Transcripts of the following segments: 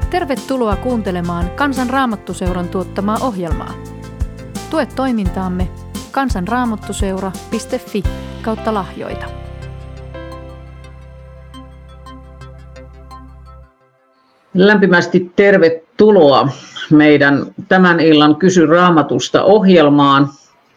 Tervetuloa kuuntelemaan Kansan Raamattuseuran tuottamaa ohjelmaa. Tue toimintaamme kansanraamattuseura.fi/lahjoita. Lämpimästi tervetuloa meidän tämän illan Kysy Raamatusta -ohjelmaan.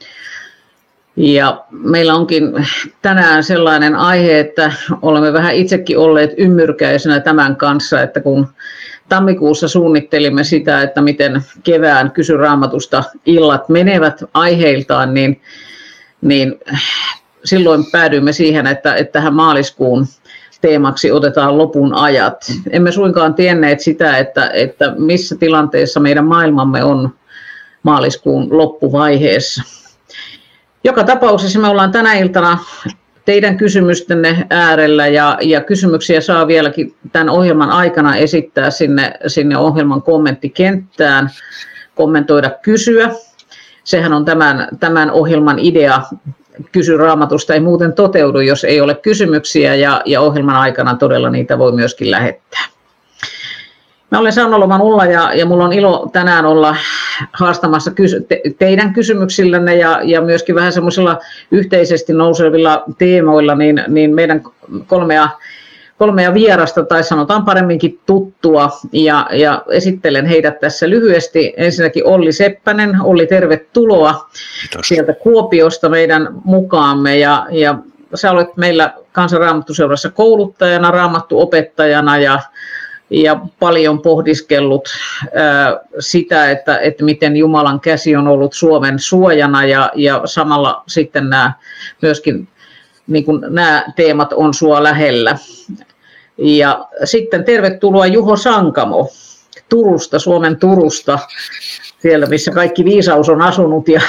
Ja meillä onkin tänään sellainen aihe, että olemme vähän itsekin olleet ymmyrkäisenä tämän kanssa, että kun tammikuussa suunnittelimme sitä, että miten kevään Kysy Raamatusta illat menevät aiheiltaan, niin silloin päädyimme siihen, että tähän maaliskuun teemaksi otetaan lopun ajat. Emme suinkaan tienneet sitä, että missä tilanteessa meidän maailmamme on maaliskuun loppuvaiheessa. Joka tapauksessa me ollaan tänä iltana teidän kysymystenne äärellä ja kysymyksiä saa vieläkin tämän ohjelman aikana esittää sinne ohjelman kommenttikenttään, kommentoida, kysyä. Sehän on tämän ohjelman idea. Kysy Raamatusta ei muuten toteudu, jos ei ole kysymyksiä ja ohjelman aikana todella niitä voi myöskin lähettää. Mä olen Saunoloman Ulla ja mulla on ilo tänään olla haastamassa teidän kysymyksillänne ja myöskin vähän semmoisilla yhteisesti nousevilla teemoilla niin meidän kolmea vierasta tai sanotaan paremminkin tuttua ja esittelen heidät tässä lyhyesti. Ensinnäkin Olli Seppänen. Olli, tervetuloa. Kiitos. Sieltä Kuopiosta meidän mukaamme ja sä olet meillä Kansan Raamattuseurassa kouluttajana, raamattuopettajana ja paljon pohdiskellut sitä, että miten Jumalan käsi on ollut Suomen suojana ja samalla sitten myöskin niin kuin nämä teemat on sua lähellä. Ja sitten tervetuloa Juho Sankamo Turusta, Suomen Turusta, siellä missä kaikki viisaus on asunut ja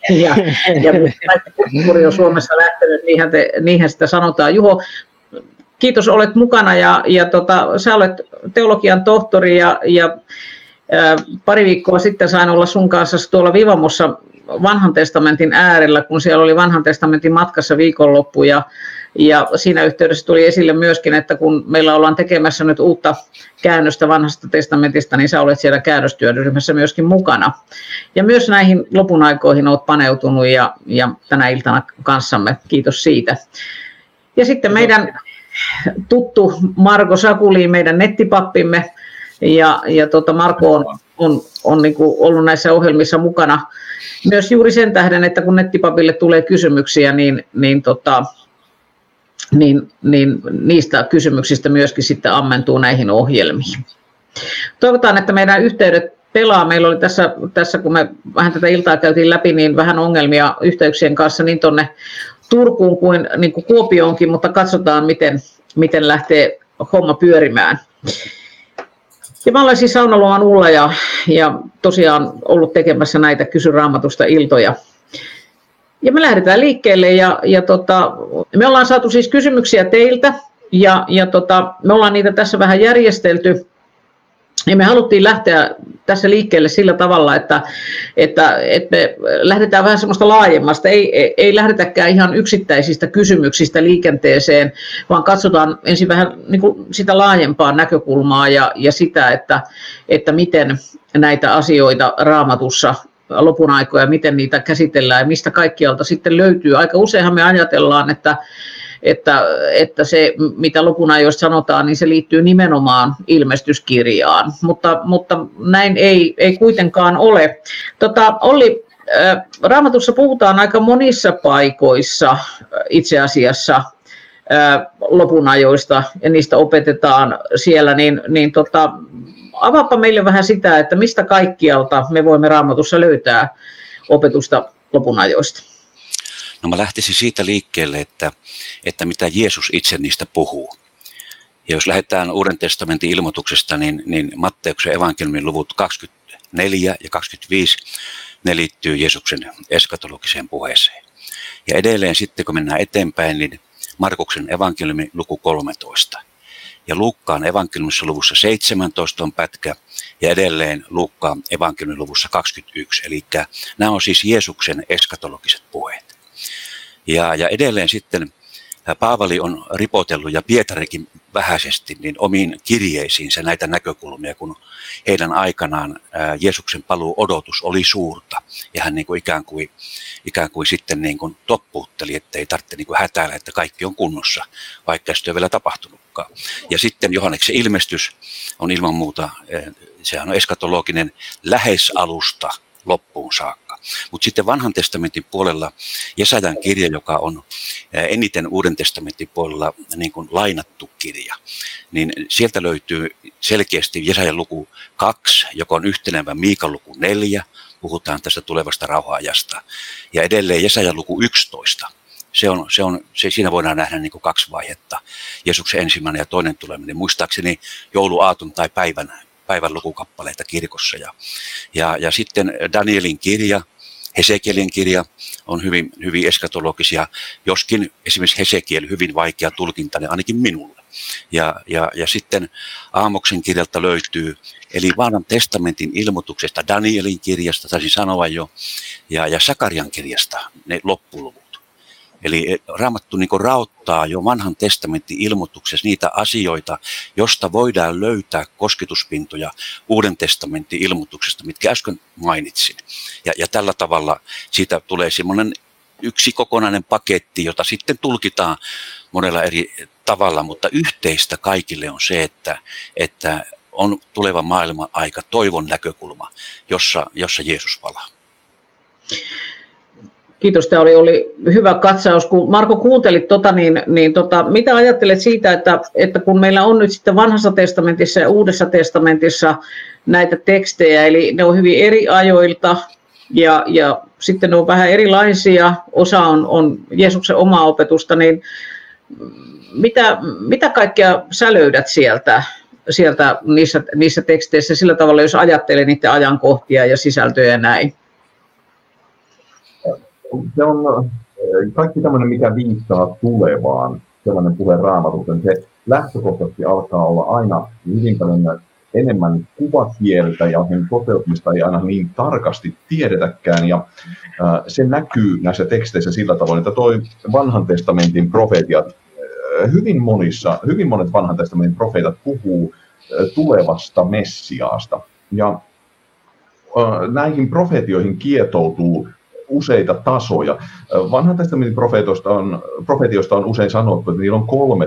kaikki kulttuuri on Suomessa lähtenyt, niinhän sitä sanotaan. Juho, kiitos, olet mukana ja sä olet teologian tohtori ja pari viikkoa sitten sain olla sun kanssa tuolla Vivamossa Vanhan testamentin äärellä, kun siellä oli Vanhan testamentin matkassa viikonloppu ja siinä yhteydessä tuli esille myöskin, että kun meillä ollaan tekemässä nyt uutta käännöstä Vanhasta testamentista, niin sä olet siellä käännöstyöryhmässä myöskin mukana. Ja myös näihin lopun aikoihin olet paneutunut ja tänä iltana kanssamme. Kiitos siitä. Ja sitten meidän tuttu Marko Sakuli, meidän nettipappimme, ja Marko on niin kuin ollut näissä ohjelmissa mukana myös juuri sen tähden, että kun nettipapille tulee kysymyksiä, niin niistä kysymyksistä myöskin sitten ammentuu näihin ohjelmiin. Toivotaan, että meidän yhteydet pelaa. Meillä oli tässä kun me vähän tätä iltaa käytiin läpi, niin vähän ongelmia yhteyksien kanssa niin tuonne Turkuun kuin Kuopioonkin, mutta katsotaan, miten lähtee homma pyörimään. Ja mä olen siis Saunoloman Ulla ja tosiaan ollut tekemässä näitä Kysy Raamatusta -iltoja. Ja me lähdetään liikkeelle ja me ollaan saatu siis kysymyksiä teiltä ja me ollaan niitä tässä vähän järjestelty. Ja me haluttiin lähteä tässä liikkeelle sillä tavalla, että me lähdetään vähän semmoista laajemmasta, ei lähdetäkään ihan yksittäisistä kysymyksistä liikenteeseen, vaan katsotaan ensin vähän niin kuin sitä laajempaa näkökulmaa ja sitä, että miten näitä asioita Raamatussa lopun aikoja, miten niitä käsitellään ja mistä kaikkialta sitten löytyy. Aika useinhan me ajatellaan, että se, mitä lopun ajoista sanotaan, niin se liittyy nimenomaan ilmestyskirjaan, mutta näin ei kuitenkaan ole. Olli, Raamatussa puhutaan aika monissa paikoissa itse asiassa lopun ajoista ja niistä opetetaan siellä, niin avaapa meille vähän sitä, että mistä kaikkialta me voimme Raamatussa löytää opetusta lopun ajoista. No mä lähtisin siitä liikkeelle, että mitä Jeesus itse niistä puhuu. Ja jos lähdetään Uuden testamentin ilmoituksesta, niin Matteuksen evankeliumin luvut 24 ja 25, ne liittyy Jeesuksen eskatologiseen puheeseen. Ja edelleen sitten, kun mennään eteenpäin, niin Markuksen evankeliumin luku 13. Ja Luukkaan evankeliumissa luvussa 17 on pätkä ja edelleen Luukkaan evankeliumin luvussa 21. Eli nämä on siis Jeesuksen eskatologiset puheet. Ja edelleen sitten Paavali on ripotellut ja Pietarikin vähäisesti niin omiin kirjeisiinsä näitä näkökulmia, kun heidän aikanaan Jeesuksen paluu odotus oli suurta. Ja hän niin kuin ikään kuin sitten niin kuin toppuutteli, että ei tarvitse niin kuin hätäillä, että kaikki on kunnossa, vaikka sitä ei ole vielä tapahtunutkaan. Ja sitten Johanneksen ilmestys on ilman muuta, sehän on eskatologinen läheisalusta loppuun saakka. Mutta sitten vanhan testamentin puolella Jesajan kirja, joka on eniten Uuden testamentin puolella niin kuin lainattu kirja, niin sieltä löytyy selkeästi Jesajan luku 2, joka on yhtenevä Miikan luku 4, puhutaan tästä tulevasta rauha-ajasta, ja edelleen Jesajan luku 11. Siinä voidaan nähdä niin kuin 2 vaihetta, Jeesuksen ensimmäinen ja toinen tuleminen, muistaakseni jouluaaton tai päivän lukukappaleita kirkossa. Ja sitten Danielin kirja, Hesekielin kirja on hyvin eskatologisia, joskin esimerkiksi Hesekiel hyvin vaikea tulkintainen ainakin minulle. Ja sitten Aamoksen kirjalta löytyy, eli vanhan testamentin ilmoituksesta, Danielin kirjasta, taisin sanoa jo, ja Sakarian kirjasta ne loppuluvut. Eli Raamattu niin kuin raottaa jo vanhan testamentin ilmoituksessa niitä asioita, josta voidaan löytää kosketuspintoja Uuden testamentin ilmoituksesta, mitkä äsken mainitsin. Ja tällä tavalla siitä tulee semmoinen yksi kokonainen paketti, jota sitten tulkitaan monella eri tavalla, mutta yhteistä kaikille on se, että on tuleva maailman aika toivon näkökulma, jossa Jeesus palaa. Kiitos, tämä oli hyvä katsaus. Kun Marko kuuntelit mitä ajattelet siitä, että kun meillä on nyt sitten vanhassa testamentissa ja uudessa testamentissa näitä tekstejä, eli ne on hyvin eri ajoilta ja sitten ne on vähän erilaisia, osa on Jeesuksen omaa opetusta, niin mitä kaikkea sä löydät sieltä niissä teksteissä sillä tavalla, jos ajattelee niiden ajankohtia ja sisältöjä ja näin? Se on kaikki tämmöinen, mikä viittaa tulevaan, sellainen puhe Raamatusta, se lähtökohtaisesti alkaa olla aina hyvin paljon enemmän kuvakieltä ja sen toteutumista ei aina niin tarkasti tiedetäkään. Ja se näkyy näissä teksteissä sillä tavoin, että toi vanhan testamentin profeetiat, hyvin monet vanhan testamentin profeetat puhuu tulevasta Messiaasta. Ja näihin profeetioihin kietoutuu useita tasoja. Vanhan testamentin profeetioista on usein sanottu, että niillä on 3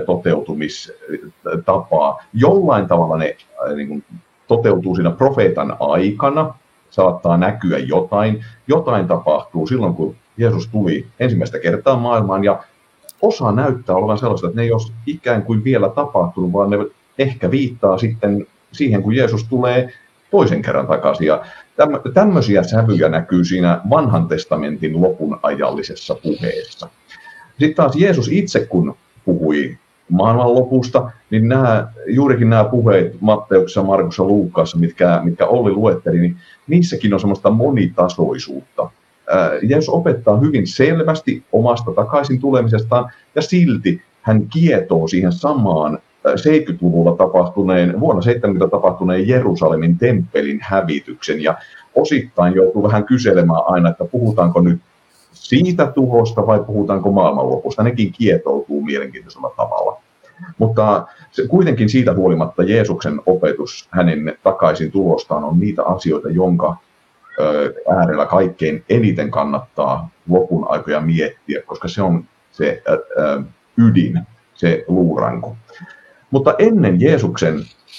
toteutumistapaa. Jollain tavalla ne niin kuin, toteutuu siinä profeetan aikana, saattaa näkyä jotain tapahtuu silloin, kun Jeesus tuli ensimmäistä kertaa maailmaan, ja osa näyttää olevan sellaista, että ne ei ole ikään kuin vielä tapahtunut, vaan ne ehkä viittaa sitten siihen, kun Jeesus tulee toisen kerran takaisin. Ja tämmöisiä sävyjä näkyy siinä vanhan testamentin lopun ajallisessa puheessa. Sitten taas Jeesus itse, kun puhui maailmanlopusta, niin juurikin nämä puheet Matteuksessa, Markuksessa, Luukkaassa, mitkä Olli luetteli, niin niissäkin on semmoista monitasoisuutta. Jeesus opettaa hyvin selvästi omasta takaisin tulemisestaan, ja silti hän kietoo siihen samaan 70-luvulla vuonna 70 tapahtuneen Jerusalemin temppelin hävityksen, ja osittain joutuu vähän kyselemään aina, että puhutaanko nyt siitä tuhosta vai puhutaanko maailmanlopusta. Nekin kietoutuu mielenkiintoisella tavalla. Mutta kuitenkin siitä huolimatta Jeesuksen opetus hänen takaisin tulostaan on niitä asioita, jonka äärellä kaikkein eniten kannattaa lopun aikoja miettiä, koska se on se ydin, se luuranko. Mutta ennen Jeesuksen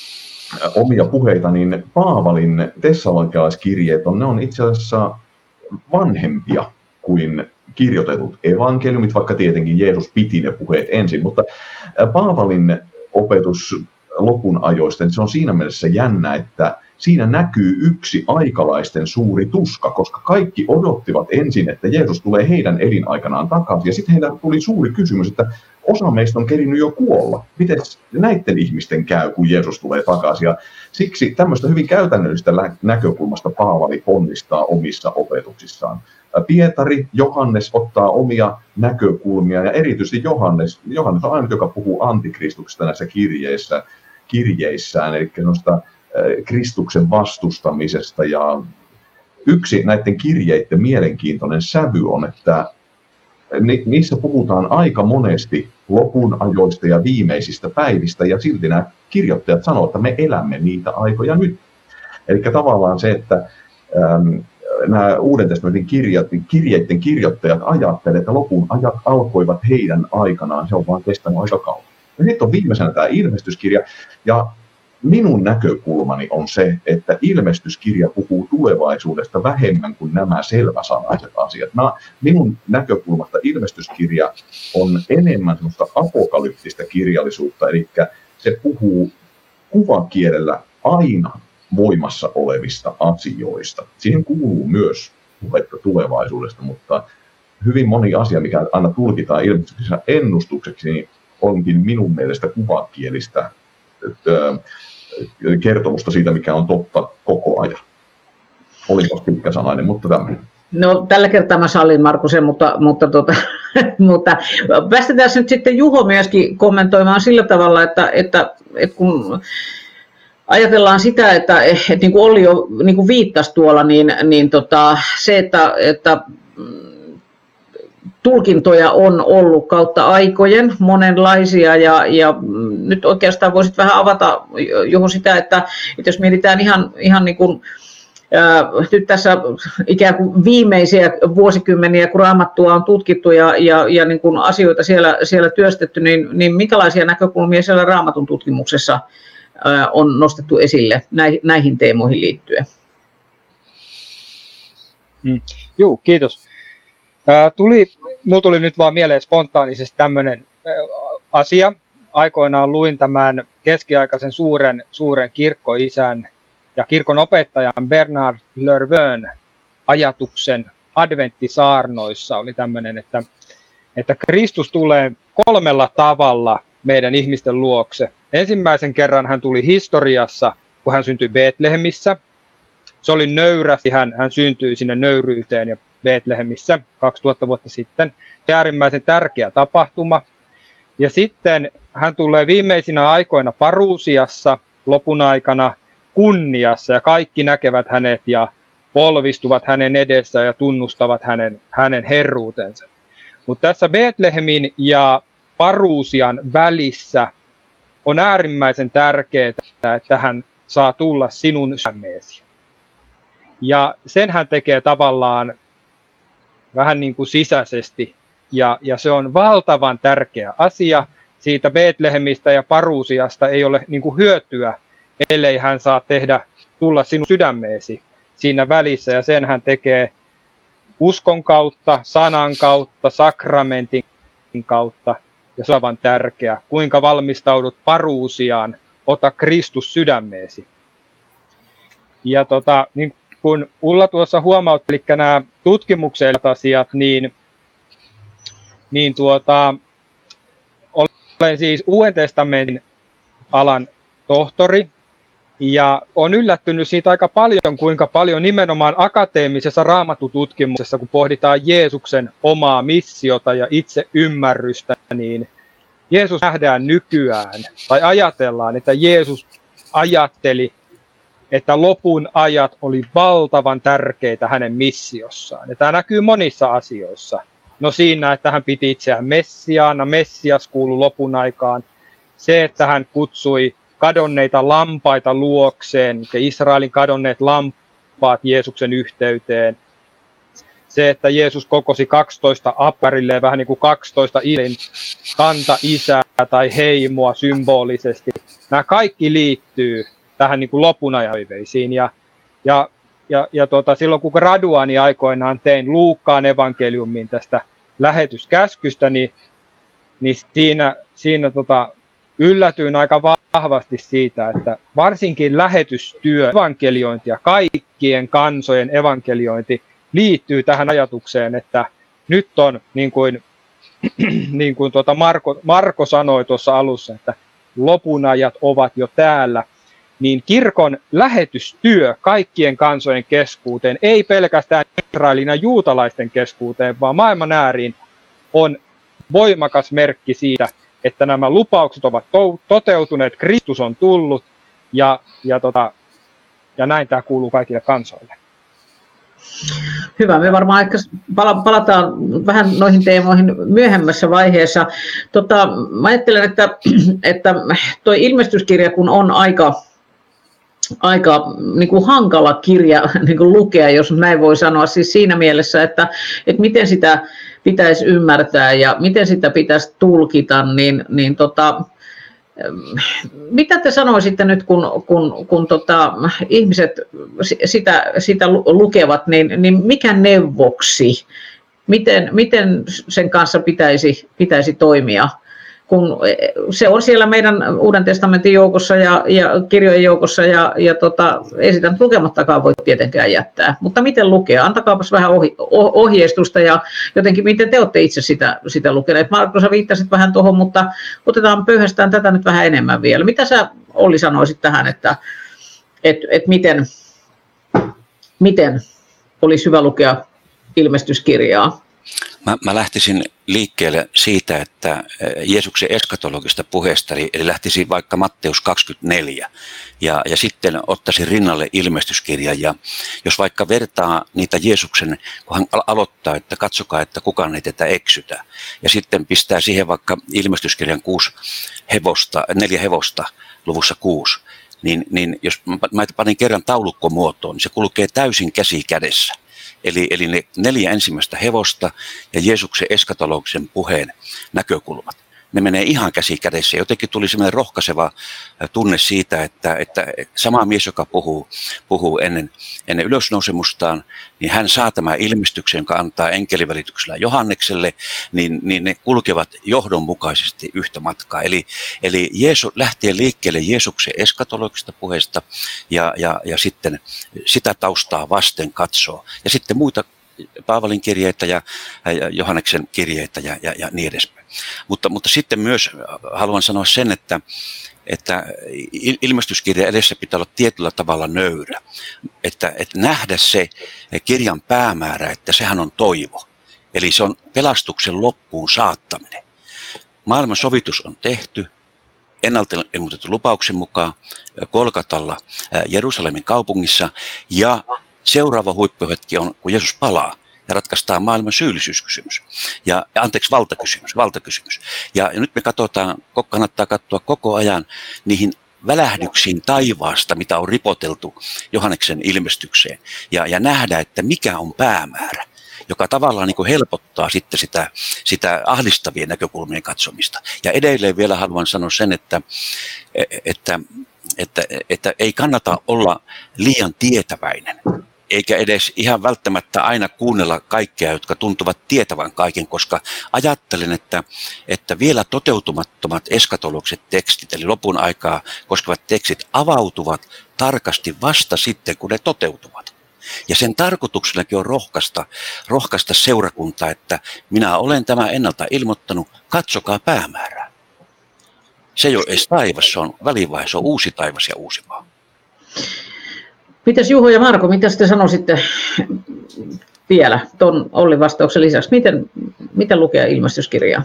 omia puheita, niin Paavalin tessalonikalaiskirjeet ne on itse asiassa vanhempia kuin kirjoitetut evankeliumit, vaikka tietenkin Jeesus piti ne puheet ensin. Mutta Paavalin opetus lopun ajoista, se on siinä mielessä jännä, että siinä näkyy yksi aikalaisten suuri tuska, koska kaikki odottivat ensin, että Jeesus tulee heidän elinaikanaan takaisin. Ja sitten heillä tuli suuri kysymys, että osa meistä on kerinnyt jo kuolla. Miten näiden ihmisten käy, kun Jeesus tulee takaisin? Ja siksi tämmöistä hyvin käytännöllistä näkökulmasta Paavali ponnistaa omissa opetuksissaan. Pietari, Johannes ottaa omia näkökulmia, ja erityisesti Johannes on ainut, joka puhuu antikristuksesta näissä kirjeissään, eli noista Kristuksen vastustamisesta. Ja yksi näiden kirjeiden mielenkiintoinen sävy on, että niissä puhutaan aika monesti lopun ajoista ja viimeisistä päivistä, ja silti nämä kirjoittajat sanoo, että me elämme niitä aikoja nyt. Eli tavallaan se, että nämä Uuden testamentin kirjeiden kirjoittajat ajattelevat, että lopun ajat alkoivat heidän aikanaan, se on vaan kestänyt aika kauan. Ja sitten on viimeisenä tämä ilmestyskirja, ja minun näkökulmani on se, että ilmestyskirja puhuu tulevaisuudesta vähemmän kuin nämä selväsanaiset asiat. Minun näkökulmasta ilmestyskirja on enemmän sellaista apokalyptista kirjallisuutta, eli se puhuu kuvakielellä aina voimassa olevista asioista. Siihen kuuluu myös puhetta tulevaisuudesta, mutta hyvin moni asia, mikä aina tulkitaan ilmestyksessä ennustukseksi, niin onkin minun mielestä kuvakielistä kertomusta siitä, mikä on totta koko ajan. Olipas pitkäsanainen, mutta tämmöinen. No tällä kertaa mä sallin Markusen, mutta päästetään nyt sitten Juho myöskin kommentoimaan sillä tavalla, että kun ajatellaan sitä, että niin kuin Olli jo niin kuin viittasi tuolla, niin se, että tulkintoja on ollut kautta aikojen monenlaisia, ja nyt oikeastaan voisit vähän avata, Juho, sitä, että jos mietitään ihan niin kuin, nyt tässä ikään kuin viimeisiä vuosikymmeniä, kun Raamattua on tutkittu ja niin kuin asioita siellä työstetty, niin minkälaisia näkökulmia siellä Raamatun tutkimuksessa on nostettu esille näihin teemoihin liittyen? Joo, kiitos. Minulla tuli nyt vaan mieleen spontaanisesti tämmöinen asia. Aikoinaan luin tämän keskiaikaisen suuren kirkkoisän ja kirkon opettajan Bernard Lervön ajatuksen adventtisaarnoissa. Oli tämmöinen, että Kristus tulee 3 tavalla meidän ihmisten luokse. Ensimmäisen kerran hän tuli historiassa, kun hän syntyi Betlehemissä. Se oli nöyrästi, hän syntyi sinne nöyryyteen ja Betlehemissä 2000 vuotta sitten. Se äärimmäisen tärkeä tapahtuma. Ja sitten hän tulee viimeisinä aikoina paruusiassa, lopun aikana kunniassa, ja kaikki näkevät hänet ja polvistuvat hänen edessä ja tunnustavat hänen herruutensa. Mutta tässä Betlehemin ja paruusian välissä on äärimmäisen tärkeää, että hän saa tulla sinun sydämeesi. Ja sen hän tekee tavallaan vähän niin kuin sisäisesti, ja se on valtavan tärkeä asia. Siitä Betlehemistä ja paruusiasta ei ole niin kuin hyötyä, ellei hän saa tulla sinun sydämeesi siinä välissä, ja sen hän tekee uskon kautta, sanan kautta, sakramentin kautta, ja se on aivan tärkeä. Kuinka valmistaudut paruusiaan, ota Kristus sydämeesi. Ja niin kun Ulla tuossa huomautti, eli nämä tutkimukselliset asiat, niin olen siis Uuden testamentin alan tohtori, ja olen yllättynyt siitä aika paljon, kuinka paljon nimenomaan akateemisessa raamatututkimuksessa, kun pohditaan Jeesuksen omaa missiota ja itse ymmärrystä, niin Jeesus nähdään nykyään, tai ajatellaan, että Jeesus ajatteli, että lopun ajat oli valtavan tärkeitä hänen missiossaan. Ja tämä näkyy monissa asioissa. No siinä, että hän piti itseään Messiaana, Messias kuului lopun aikaan. Se, että hän kutsui kadonneita lampaita luokseen, ja Israelin kadonneet lampaat Jeesuksen yhteyteen. Se, että Jeesus kokosi 12 aparilleen, vähän niin kuin 12 ilin kanta-isää tai heimoa symbolisesti. Nämä kaikki liittyy tähän niin kuin lopun ajaveisiin. Ja silloin kun graduaani aikoinaan tein Luukkaan evankeliumin tästä lähetyskäskystä, niin siinä yllätyin aika vahvasti siitä, että varsinkin lähetystyö, evankeliointi ja kaikkien kansojen evankeliointi liittyy tähän ajatukseen, että nyt on, niin kuin Marko sanoi tuossa alussa, että lopun ajat ovat jo täällä, niin kirkon lähetystyö kaikkien kansojen keskuuteen, ei pelkästään Israelin ja juutalaisten keskuuteen, vaan maailman ääriin, on voimakas merkki siitä, että nämä lupaukset ovat toteutuneet, Kristus on tullut, ja näin tämä kuuluu kaikille kansoille. Hyvä, me varmaan ehkä palataan vähän noihin teemoihin myöhemmässä vaiheessa. Mä ajattelen, että tuo ilmestyskirja kun on aika niin kuin hankala kirja niin kuin lukea, jos näin voi sanoa, siis siinä mielessä, että miten sitä pitäisi ymmärtää ja miten sitä pitäisi tulkita, niin mitä te sanoisitte nyt, kun ihmiset sitä lukevat, niin mikä neuvoksi, miten sen kanssa pitäisi toimia? Kun se on siellä meidän Uuden testamentin joukossa ja kirjojen joukossa ja ei sitä nyt lukemattakaan voi tietenkään jättää. Mutta miten lukea? Antakaapas vähän ohjeistusta ja jotenkin miten te olette itse sitä lukeneet. Marko, sä viittasit vähän tuohon, mutta pöyhästään tätä nyt vähän enemmän vielä. Mitä sä Olli sanoisit tähän, että miten olisi hyvä lukea ilmestyskirjaa? Mä lähtisin liikkeelle siitä, että Jeesuksen eskatologista puheesta, eli lähtisin vaikka Matteus 24 ja sitten ottaisin rinnalle ilmestyskirjan. Ja jos vaikka vertaa niitä Jeesuksen, kun hän aloittaa, että katsokaa, että kukaan ei tätä eksytä, ja sitten pistää siihen vaikka ilmestyskirjan 4 hevosta luvussa 6, niin jos mä panin kerran taulukkomuotoon, niin se kulkee täysin käsi kädessä. Eli ne 4 ensimmäistä hevosta ja Jeesuksen eskatologisen puheen näkökulmat. Ne menee ihan käsi kädessä. Jotenkin tuli sellainen rohkaiseva tunne siitä, että sama mies, joka puhuu ennen ylösnousemustaan, niin hän saa tämän ilmestyksen, jonka antaa enkelivälityksellä Johannekselle, niin ne kulkevat johdonmukaisesti yhtä matkaa. Eli Jeesus lähtee liikkeelle Jeesuksen eskatologisesta puheesta ja sitten sitä taustaa vasten katsoo. Ja sitten muita Paavalin kirjeitä ja Johanneksen kirjeitä ja niin edespäin. Mutta sitten myös haluan sanoa sen, että ilmestyskirjan edessä pitää olla tietyllä tavalla nöyrä. Että nähdä se kirjan päämäärä, että sehän on toivo. Eli se on pelastuksen loppuun saattaminen. Maailman sovitus on tehty ennalta ilmoitettu lupauksen mukaan Golgatalla Jerusalemin kaupungissa ja seuraava huippuhetki on, kun Jeesus palaa ja ratkaistaan maailman syyllisyyskysymys valtakysymys. Ja nyt me kannattaa katsoa koko ajan niihin välähdyksiin taivaasta, mitä on ripoteltu Johanneksen ilmestykseen ja nähdä, että mikä on päämäärä, joka tavallaan niin kuin helpottaa sitten sitä ahdistavien näkökulmien katsomista. Ja edelleen vielä haluan sanoa sen, että ei kannata olla liian tietäväinen, eikä edes ihan välttämättä aina kuunnella kaikkea, jotka tuntuvat tietävän kaiken, koska ajattelen, että vielä toteutumattomat eskatologiset tekstit, eli lopun aikaa koskevat tekstit, avautuvat tarkasti vasta sitten, kun ne toteutuvat. Ja sen tarkoituksenakin on rohkaista seurakuntaa, että minä olen tämä ennalta ilmoittanut, katsokaa päämäärää. Se ei ole edes taivas, se on välivaihe, se on uusi taivas ja uusi maa. Mitäs Juho ja Marko, mitä te sanoisitte vielä tuon Ollin vastauksen lisäksi? Miten lukea ilmestyskirjaa?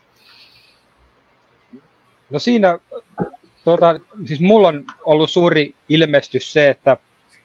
No siinä, siis mulla on ollut suuri ilmestys se, että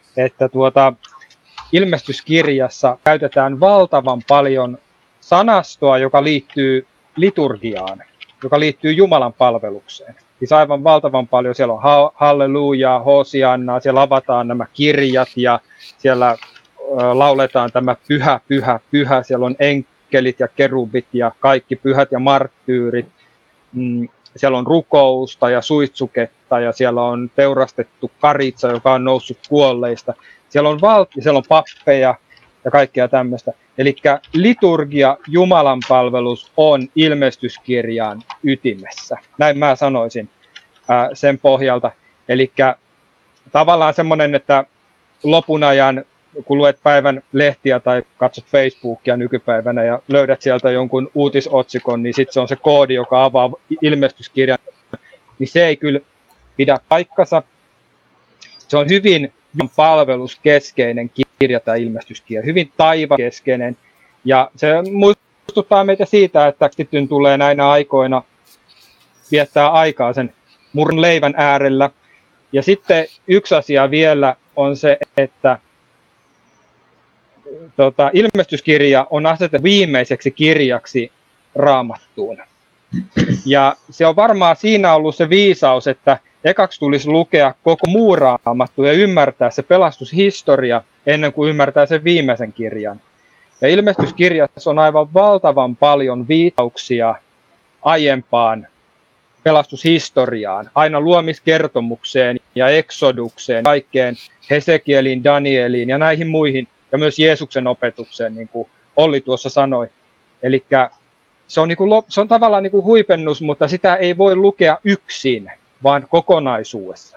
ilmestyskirjassa käytetään valtavan paljon sanastoa, joka liittyy liturgiaan, joka liittyy Jumalan palvelukseen. Siis aivan valtavan paljon, siellä on hallelujaa, hosiannaa, siellä avataan nämä kirjat ja siellä lauletaan tämä pyhä, pyhä, pyhä, siellä on enkelit ja kerubit ja kaikki pyhät ja marttyyrit, siellä on rukousta ja suitsuketta ja siellä on teurastettu karitsa, joka on noussut kuolleista, siellä on pappeja ja kaikkea tämmöistä. Eli liturgia, Jumalan palvelus on ilmestyskirjan ytimessä. Näin mä sanoisin sen pohjalta. Eli tavallaan semmoinen, että lopun ajan, kun luet päivän lehtiä tai katsot Facebookia nykypäivänä ja löydät sieltä jonkun uutisotsikon, niin sitten se on se koodi, joka avaa ilmestyskirjan. Niin se ei kyllä pidä paikkansa. Se on hyvin palveluskeskeinen kirja tai ilmestyskirja, hyvin taivakeskeinen. Ja se muistuttaa meitä siitä, että kristityn tulee näinä aikoina viettää aikaa sen murron leivän äärellä. Ja sitten yksi asia vielä on se, että ilmestyskirja on asetettu viimeiseksi kirjaksi Raamattuun. Ja se on varmaan siinä ollut se viisaus, että ekaksi tulisi lukea koko muu Raamattu ja ymmärtää se pelastushistoria ennen kuin ymmärtää sen viimeisen kirjan. Ja ilmestyskirjassa on aivan valtavan paljon viitauksia aiempaan pelastushistoriaan, aina luomiskertomukseen ja eksodukseen, kaikkeen Hesekieliin, Danieliin ja näihin muihin, ja myös Jeesuksen opetukseen, niin kuin Olli tuossa sanoi. Eli se on tavallaan niin kuin huipennus, mutta sitä ei voi lukea yksin, vaan kokonaisuudessa.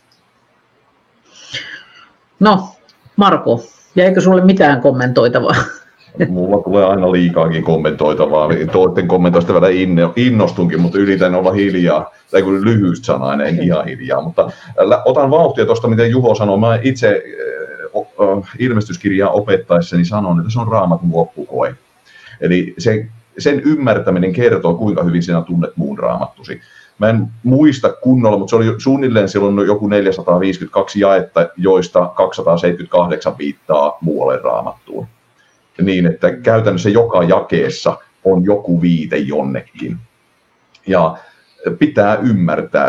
No, Marko, jäikö sulle mitään kommentoitavaa? Mulla tulee aina liikaakin kommentoitavaa. Toisten kommentoista vielä innostunkin, mutta yritän olla hiljaa. Tai kun lyhytsanainen, en ihan hiljaa. Mutta otan vauhtia tuosta, mitä Juho sanoi. Mä itse ilmestyskirjaa opettaessani sanon, että se on Raamatun loppukoe. Eli sen ymmärtäminen kertoo, kuinka hyvin sinä tunnet muun raamattusi. Mä en muista kunnolla, mutta se oli suunnilleen silloin joku 452 jaetta, joista 278 viittaa muualle raamattuun. Niin, että käytännössä joka jakeessa on joku viite jonnekin. Ja pitää ymmärtää,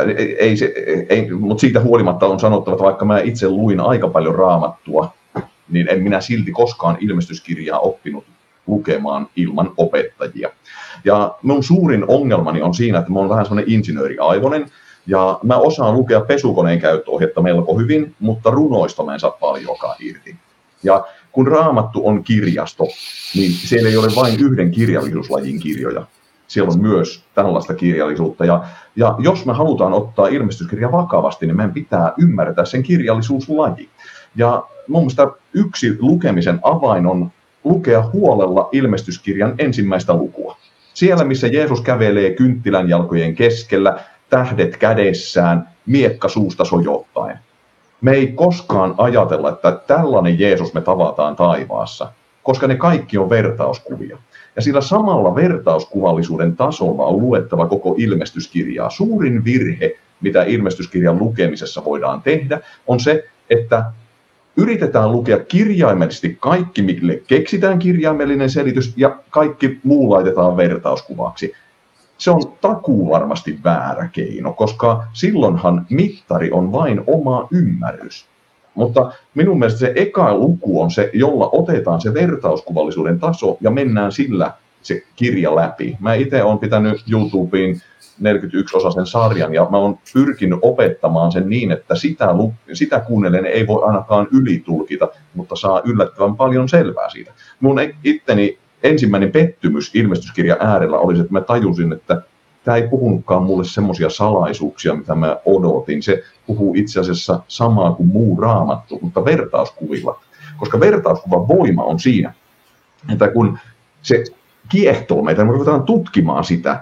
mutta siitä huolimatta on sanottava, että vaikka mä itse luin aika paljon raamattua, niin en minä silti koskaan ilmestyskirjaa oppinut lukemaan ilman opettajia. Ja mun suurin ongelmani on siinä, että mä oon vähän semmoinen insinööriaivoinen, ja mä osaan lukea pesukoneen käyttöohjetta melko hyvin, mutta runoista mä en saa paljonkaan irti. Ja kun Raamattu on kirjasto, niin siellä ei ole vain yhden kirjallisuuslajin kirjoja. Siellä on myös tällaista kirjallisuutta. Ja jos me halutaan ottaa ilmestyskirja vakavasti, niin meidän pitää ymmärtää sen kirjallisuuslaji. Ja mun mielestä yksi lukemisen avain on lukea huolella ilmestyskirjan ensimmäistä lukua. Siellä, missä Jeesus kävelee kynttilän jalkojen keskellä, tähdet kädessään, miekka suusta sojottaen. Me ei koskaan ajatella, että tällainen Jeesus me tavataan taivaassa, koska ne kaikki on vertauskuvia. Ja sillä samalla vertauskuvallisuuden tasolla on luettava koko ilmestyskirjaa. Suurin virhe, mitä ilmestyskirjan lukemisessa voidaan tehdä, on se, että yritetään lukea kirjaimellisesti kaikki, mille keksitään kirjaimellinen selitys, ja kaikki muu laitetaan vertauskuvaksi. Se on takuuvarmasti väärä keino, koska silloinhan mittari on vain oma ymmärrys. Mutta minun mielestä se eka luku on se, jolla otetaan se vertauskuvallisuuden taso ja mennään sillä se kirja läpi. Mä itse olen pitänyt YouTubeen 41-osaisen sarjan ja mä oon pyrkinyt opettamaan sen niin, että sitä kuunnellen ei voi ainakaan ylitulkita, mutta saa yllättävän paljon selvää siitä. Mun itteni ensimmäinen pettymys ilmestyskirjan äärellä oli se, että mä tajusin, että tämä ei puhunutkaan mulle semmoisia salaisuuksia, mitä mä odotin. Se puhuu itse asiassa samaa kuin muu Raamattu, mutta vertauskuvilla. Koska vertauskuvan voima on siinä, että kun se kiehtoo meitä, me ruvetaan tutkimaan sitä,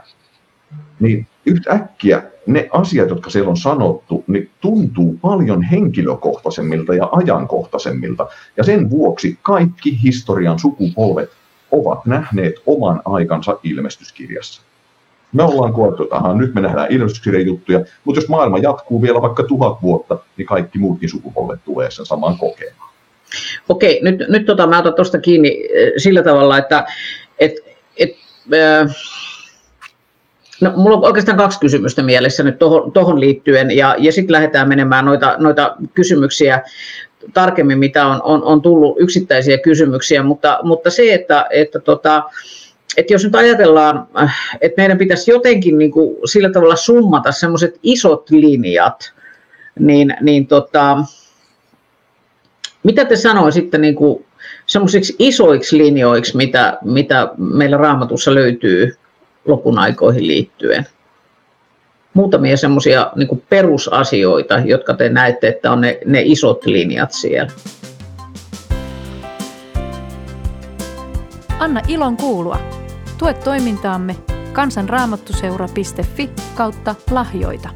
niin yhtäkkiä ne asiat, jotka siellä on sanottu, niin tuntuu paljon henkilökohtaisemmilta ja ajankohtaisemmilta. Ja sen vuoksi kaikki historian sukupolvet ovat nähneet oman aikansa ilmestyskirjassa. Me ollaan koettu, että nyt me nähdään ilmestyskirjan juttuja, mutta jos maailma jatkuu vielä vaikka 1000 vuotta, niin kaikki muutkin sukupolvet tulee sen saman kokemaan. Okei, nyt mä otan tuosta kiinni sillä tavalla, että no, mulla on oikeastaan 2 kysymystä mielessä nyt tuohon liittyen, ja sitten lähdetään menemään noita kysymyksiä tarkemmin, mitä on tullut yksittäisiä kysymyksiä, mutta se, että jos nyt ajatellaan, että meidän pitäisi jotenkin niin kuin sillä tavalla summata semmoiset isot linjat, niin mitä te sanoisitte niin kuin semmoisiksi isoiksi linjoiksi, mitä meillä Raamatussa löytyy lopun aikoihin liittyen? Muutamia semmoisia niin kuin perusasioita, jotka te näette, että on ne isot linjat siellä. Anna ilon kuulua. Tue toimintaamme kansanraamattuseura.fi/lahjoita.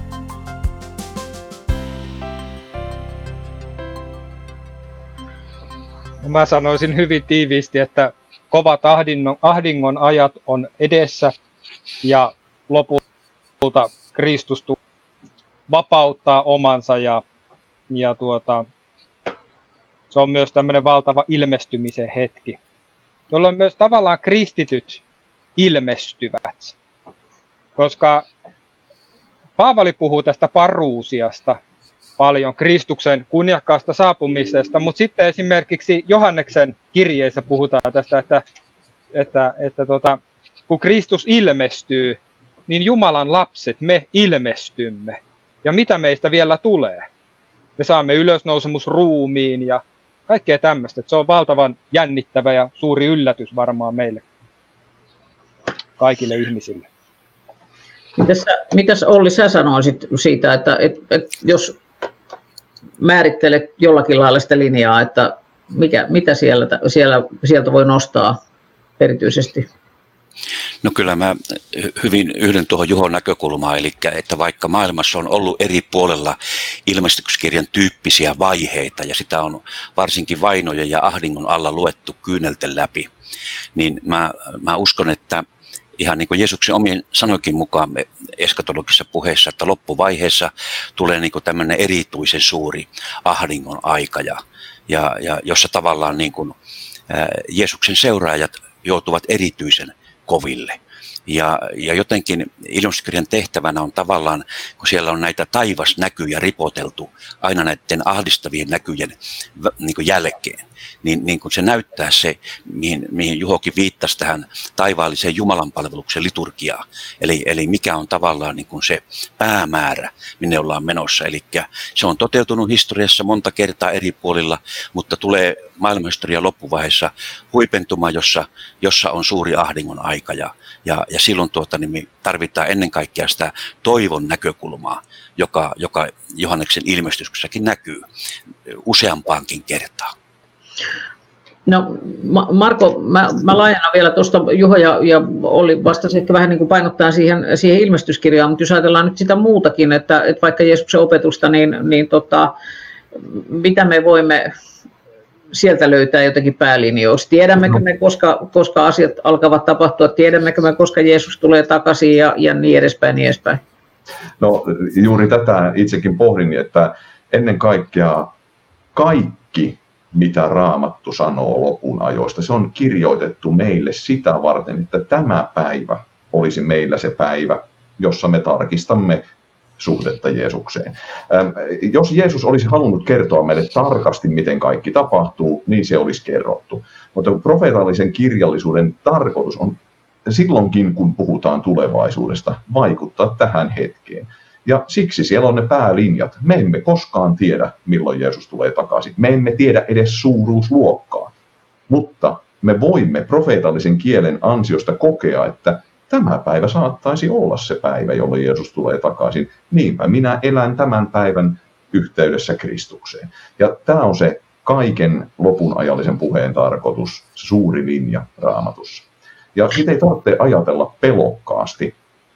Mä sanoisin hyvin tiiviisti, että kovat ahdingon ajat on edessä ja lopulta Kristus vapauttaa omansa ja se se on myös tämmöinen valtava ilmestymisen hetki, jolloin myös tavallaan kristityt ilmestyvät. Koska Paavali puhuu tästä paruusiasta paljon, Kristuksen kunniakkaasta saapumisesta, mutta sitten esimerkiksi Johanneksen kirjeessä puhutaan tästä, että kun Kristus ilmestyy, niin Jumalan lapset, me ilmestymme. Ja mitä meistä vielä tulee? Me saamme ylösnousemusruumiin ja kaikkea tämmöistä. Se on valtavan jännittävä ja suuri yllätys varmaan meille kaikille ihmisille. Mitäs Olli sä sanoisit siitä, että jos määrittelet jollakin lailla sitä linjaa, että mitä sieltä voi nostaa erityisesti? No kyllä mä hyvin yhdyn tuohon Juhon näkökulmaan, eli että vaikka maailmassa on ollut eri puolella ilmestyskirjan tyyppisiä vaiheita, ja sitä on varsinkin vainojen ja ahdingon alla luettu kyynelten läpi, niin mä uskon, että ihan niin kuin Jeesuksen omien sanoikin mukaan eskatologisessa puheessa, että loppuvaiheessa tulee niin kuin tämmöinen erityisen suuri ahdingon aika, ja jossa tavallaan niin kuin Jeesuksen seuraajat joutuvat erityisen koville. Ja jotenkin ilmestyskirjan tehtävänä on tavallaan, kun siellä on näitä taivasnäkyjä ripoteltu aina näiden ahdistavien näkyjen niin kuin jälkeen, niin kun se näyttää se, mihin Juhokin viittasi tähän taivaalliseen Jumalanpalveluksen liturgiaan, eli mikä on tavallaan niin kuin se päämäärä, minne ollaan menossa. Eli se on toteutunut historiassa monta kertaa eri puolilla, mutta tulee maailmanhistorian loppuvaiheessa huipentuma, jossa on suuri ahdingon aika, ja silloin niin me tarvitaan ennen kaikkea sitä toivon näkökulmaa, joka Johanneksen ilmestyksessäkin näkyy useampaankin kertaan. No Marko, mä laajennan vielä tuosta, Juho ja Olli vastasi ehkä vähän niin kuin painottaa siihen ilmestyskirjaan, mutta jos ajatellaan nyt sitä muutakin, että vaikka Jeesuksen opetusta, niin mitä me voimme sieltä löytää jotenkin päälinjoiksi? Tiedämmekö me, koska asiat alkavat tapahtua? Tiedämmekö me, koska Jeesus tulee takaisin ja niin edespäin, niin edespäin? No juuri tätä itsekin pohdin, että ennen kaikkea kaikki, mitä Raamattu sanoo lopun ajoista, se on kirjoitettu meille sitä varten, että tämä päivä olisi meillä se päivä, jossa me tarkistamme suhdetta Jeesukseen. Jos Jeesus olisi halunnut kertoa meille tarkasti, miten kaikki tapahtuu, niin se olisi kerrottu. Mutta profeetallisen kirjallisuuden tarkoitus on silloinkin, kun puhutaan tulevaisuudesta, vaikuttaa tähän hetkeen. Ja siksi siellä on ne päälinjat. Me emme koskaan tiedä, milloin Jeesus tulee takaisin. Me emme tiedä edes suuruusluokkaa. Mutta me voimme profeetallisen kielen ansiosta kokea, että tämä päivä saattaisi olla se päivä, jolloin Jeesus tulee takaisin. Niinpä minä elän tämän päivän yhteydessä Kristukseen. Ja tämä on se kaiken lopunajallisen puheen tarkoitus, suuri linja Raamatussa. Ja sitä ei tarvitse ajatella pelokkaasti.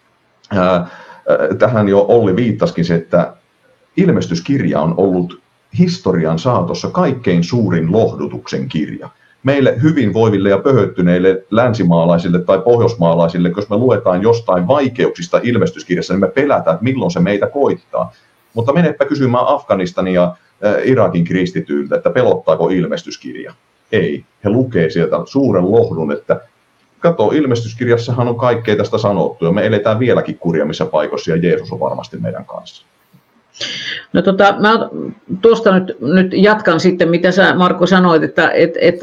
Tähän jo Olli viittasikin se, että ilmestyskirja on ollut historian saatossa kaikkein suurin lohdutuksen kirja. Meille hyvinvoiville ja pöhöttyneille länsimaalaisille tai pohjoismaalaisille, jos me luetaan jostain vaikeuksista ilmestyskirjassa, niin me pelätään, että milloin se meitä koittaa. Mutta menepä kysymään Afganistanin ja Irakin kristityiltä, että pelottaako ilmestyskirja. Ei. He lukee sieltä suuren lohdun, että kato, ilmestyskirjassahan on kaikkea tästä sanottu, ja me eletään vieläkin kurjemmissa paikoissa, ja Jeesus on varmasti meidän kanssa. No mä tuosta nyt jatkan sitten, mitä sä Marko sanoit, että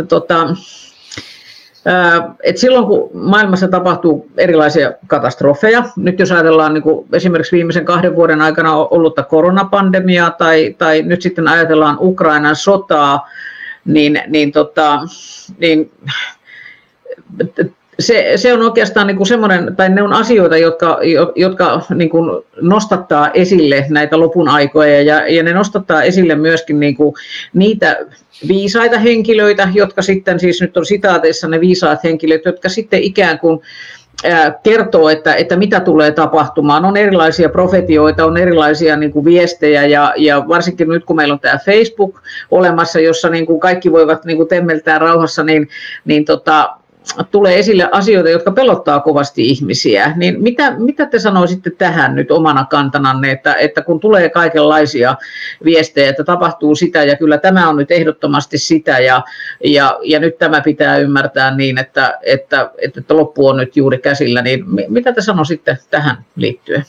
silloin kun maailmassa tapahtuu erilaisia katastrofeja, nyt jos ajatellaan niin kuin esimerkiksi viimeisen 2 vuoden aikana ollutta koronapandemiaa tai nyt sitten ajatellaan Ukrainan sotaa, niin se on oikeastaan niin kuin semmoinen, tai ne on asioita, jotka niin kuin nostattaa esille näitä lopun aikoja, ja ne nostattaa esille myöskin niin kuin niitä viisaita henkilöitä, jotka sitten, siis nyt on sitaateissa ne viisaat henkilöt, jotka sitten ikään kuin kertoo, että mitä tulee tapahtumaan. On erilaisia profetioita, on erilaisia niin kuin viestejä, ja varsinkin nyt kun meillä on tämä Facebook olemassa, jossa niin kuin kaikki voivat niin kuin temmeltää rauhassa, niin tulee esille asioita, jotka pelottaa kovasti ihmisiä, niin mitä te sanoisitte tähän nyt omana kantananne, että kun tulee kaikenlaisia viestejä, että tapahtuu sitä ja kyllä tämä on nyt ehdottomasti sitä ja nyt tämä pitää ymmärtää niin, että loppu on nyt juuri käsillä, niin mitä te sanoisitte tähän liittyen?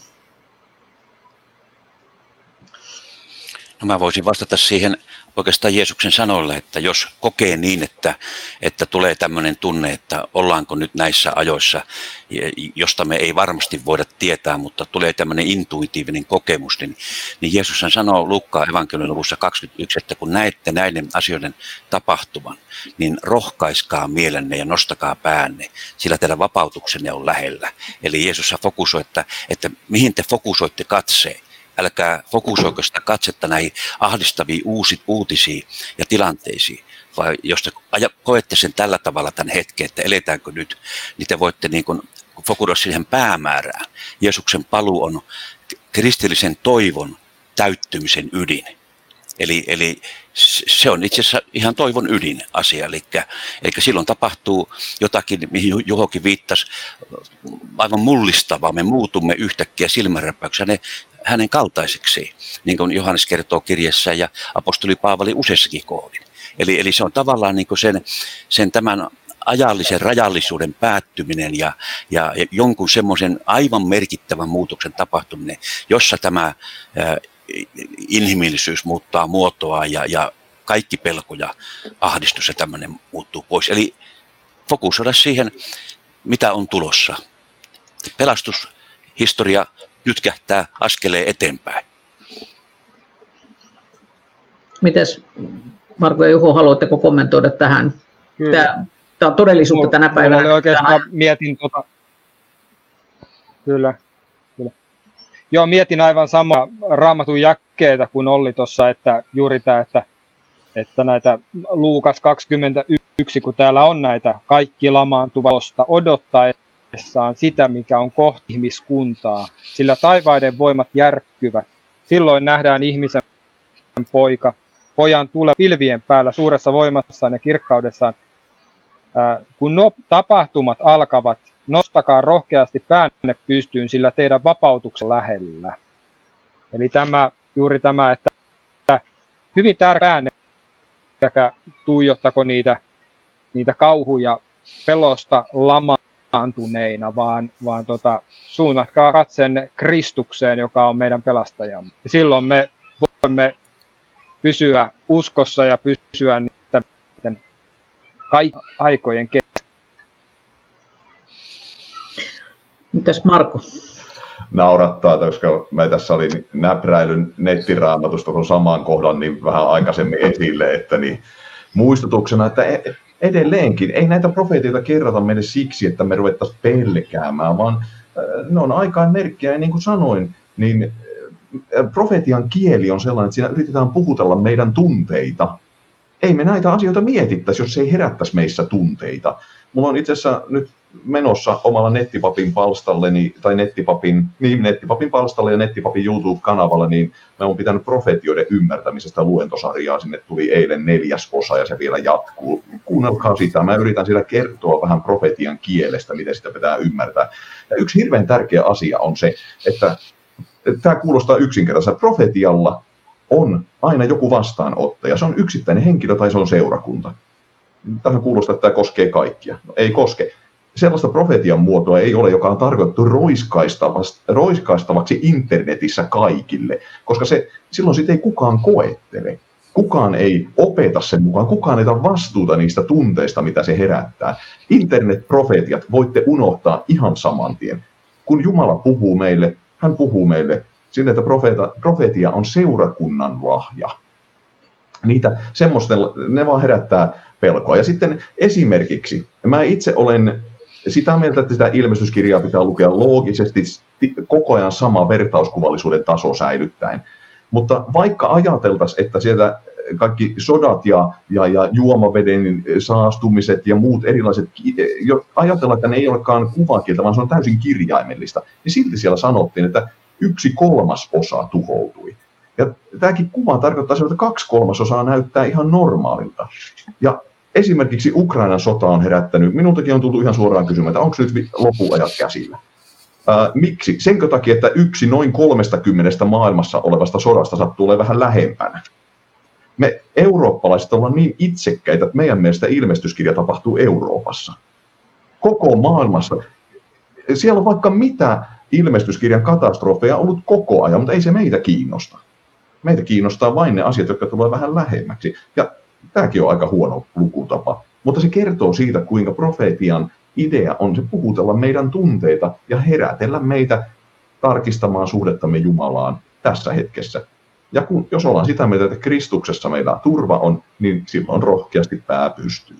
No mä voisin vastata siihen oikeastaan Jeesuksen sanoilla, että jos kokee niin, että tulee tämmöinen tunne, että ollaanko nyt näissä ajoissa, josta me ei varmasti voida tietää, mutta tulee tämmöinen intuitiivinen kokemus, niin Jeesus sanoo Luukkaan evankeliumin luvussa 21, että kun näette näiden asioiden tapahtuvan, niin rohkaiskaa mielenne ja nostakaa päänne, sillä teidän vapautuksenne on lähellä. Eli Jeesus fokusoi, että mihin te fokusoitte katseen. Älkää fokusoiko sitä katsetta näihin ahdistaviin uutisiin ja tilanteisiin, vai jos te koette sen tällä tavalla tämän hetken, että eletäänkö nyt, niin te voitte niin kuin fokusoida siihen päämäärään. Jeesuksen paluu on kristillisen toivon täyttymisen ydin. Eli se on itse asiassa ihan toivon ydinasia, eli silloin tapahtuu jotakin, mihin Juhokin viittasi, aivan mullistavaa. Me muutumme yhtäkkiä silmänräpäyksessä hänen kaltaiseksi, niin kuin Johannes kertoo kirjassa ja apostoli Paavali useissakin kohdin. Eli se on tavallaan niin kuin sen tämän ajallisen rajallisuuden päättyminen ja jonkun semmoisen aivan merkittävän muutoksen tapahtuminen, jossa tämä inhimillisyys muuttaa muotoa ja kaikki pelko ja ahdistus ja tämmöinen muuttuu pois. Eli fokusoida siihen, mitä on tulossa. Pelastushistoria nytkähtää askeleen eteenpäin. Mites Marko ja Juho, haluatteko kommentoida tähän? Tämä on todellisuutta tänä päivänä. Oikeastaan mietin Kyllä. Joo, mietin aivan samaa Raamatun jakeita kuin Olli tuossa, että juuri tämä, että näitä Luukas 21, kun täällä on näitä kaikki lamaantuvasta odottaessaan sitä, mikä on kohti ihmiskuntaa, sillä taivaiden voimat järkkyvät. Silloin nähdään ihmisen pojan tulee pilvien päällä suuressa voimassaan ja kirkkaudessaan. Kun tapahtumat alkavat, nostakaa rohkeasti päänne pystyyn, sillä teidän vapautuksen lähellä. Eli juuri tämä, että hyvin tärkeää, että tuijottako niitä kauhuja pelosta lamaantuneina, vaan suunnatkaa katseen Kristukseen, joka on meidän pelastajamme. Ja silloin me voimme pysyä uskossa ja pysyä niiden aikojen keskellä. Mitäs Marko? Naurattaa, koska mä tässä olin näpräilyn nettiraamatusta tuon saman kohdan niin vähän aikaisemmin esille, että niin muistutuksena, että edelleenkin ei näitä profeetioita kerrota meille siksi, että me ruvettaisiin pelkäämään, vaan ne on aikaan merkkiä, ja niin kuin sanoin, niin profetian kieli on sellainen, että siinä yritetään puhutella meidän tunteita. Ei me näitä asioita mietittäisi, jos se ei herättäisi meissä tunteita. Mulla on itse asiassa nyt menossa omalla nettipapin palstalleni, tai nettipapin palstalle ja nettipapin YouTube-kanavalla, niin mä oon pitänyt profetioiden ymmärtämisestä luentosarjaa. Sinne tuli eilen 4. osa ja se vielä jatkuu. Kuunnelkaa sitä. Mä yritän siellä kertoa vähän profetian kielestä, miten sitä pitää ymmärtää. Ja yksi hirveän tärkeä asia on se, että tämä kuulostaa yksinkertaisesti. Profetialla on aina joku vastaanottaja. Se on yksittäinen henkilö tai se on seurakunta. Tähän kuulostaa, että tämä koskee kaikkia. No, ei koske. Sellaista profetian muotoa ei ole, joka on tarkoitettu roiskaistavaksi internetissä kaikille, koska silloin sitä ei kukaan koettele. Kukaan ei opeta sen mukaan, kukaan ei ota vastuuta niistä tunteista, mitä se herättää. Internetprofetiat voitte unohtaa ihan saman tien. Kun Jumala puhuu meille, hän puhuu meille sinne, että profetia on seurakunnan lahja. Ne vaan herättää pelkoa. Ja sitten esimerkiksi, mä itse olen sitä mieltä, että sitä ilmestyskirjaa pitää lukea loogisesti, koko ajan sama vertauskuvallisuuden taso säilyttäen. Mutta vaikka ajateltaisiin, että sieltä kaikki sodat ja juomaveden saastumiset ja muut erilaiset, ajatellaan, että ne ei olekaan kuvakieltä, vaan se on täysin kirjaimellista, niin silti siellä sanottiin, että 1/3 tuhoutui. Ja tämäkin kuva tarkoittaa, että 2/3 näyttää ihan normaalilta. Ja esimerkiksi Ukrainan sota on herättänyt, minultakin on tullut ihan suoraan kysymään, että onko nyt loppuajat käsillä? Miksi? Senkö takia, että yksi noin 30 maailmassa olevasta sodasta sattuu olemaan vähän lähempänä. Me eurooppalaiset ollaan niin itsekkäitä, että meidän mielestä ilmestyskirja tapahtuu Euroopassa. Koko maailmassa. Siellä on vaikka mitä ilmestyskirjan katastrofeja ollut koko ajan, mutta ei se meitä kiinnosta. Meitä kiinnostaa vain ne asiat, jotka tulevat vähän lähemmäksi. Ja tämäkin on aika huono lukutapa. Mutta se kertoo siitä, kuinka profeetian idea on se puhutella meidän tunteita ja herätellä meitä tarkistamaan suhdettamme Jumalaan tässä hetkessä. Ja jos ollaan sitä mieltä, että Kristuksessa meillä turva on, niin silloin rohkeasti pää pystyy.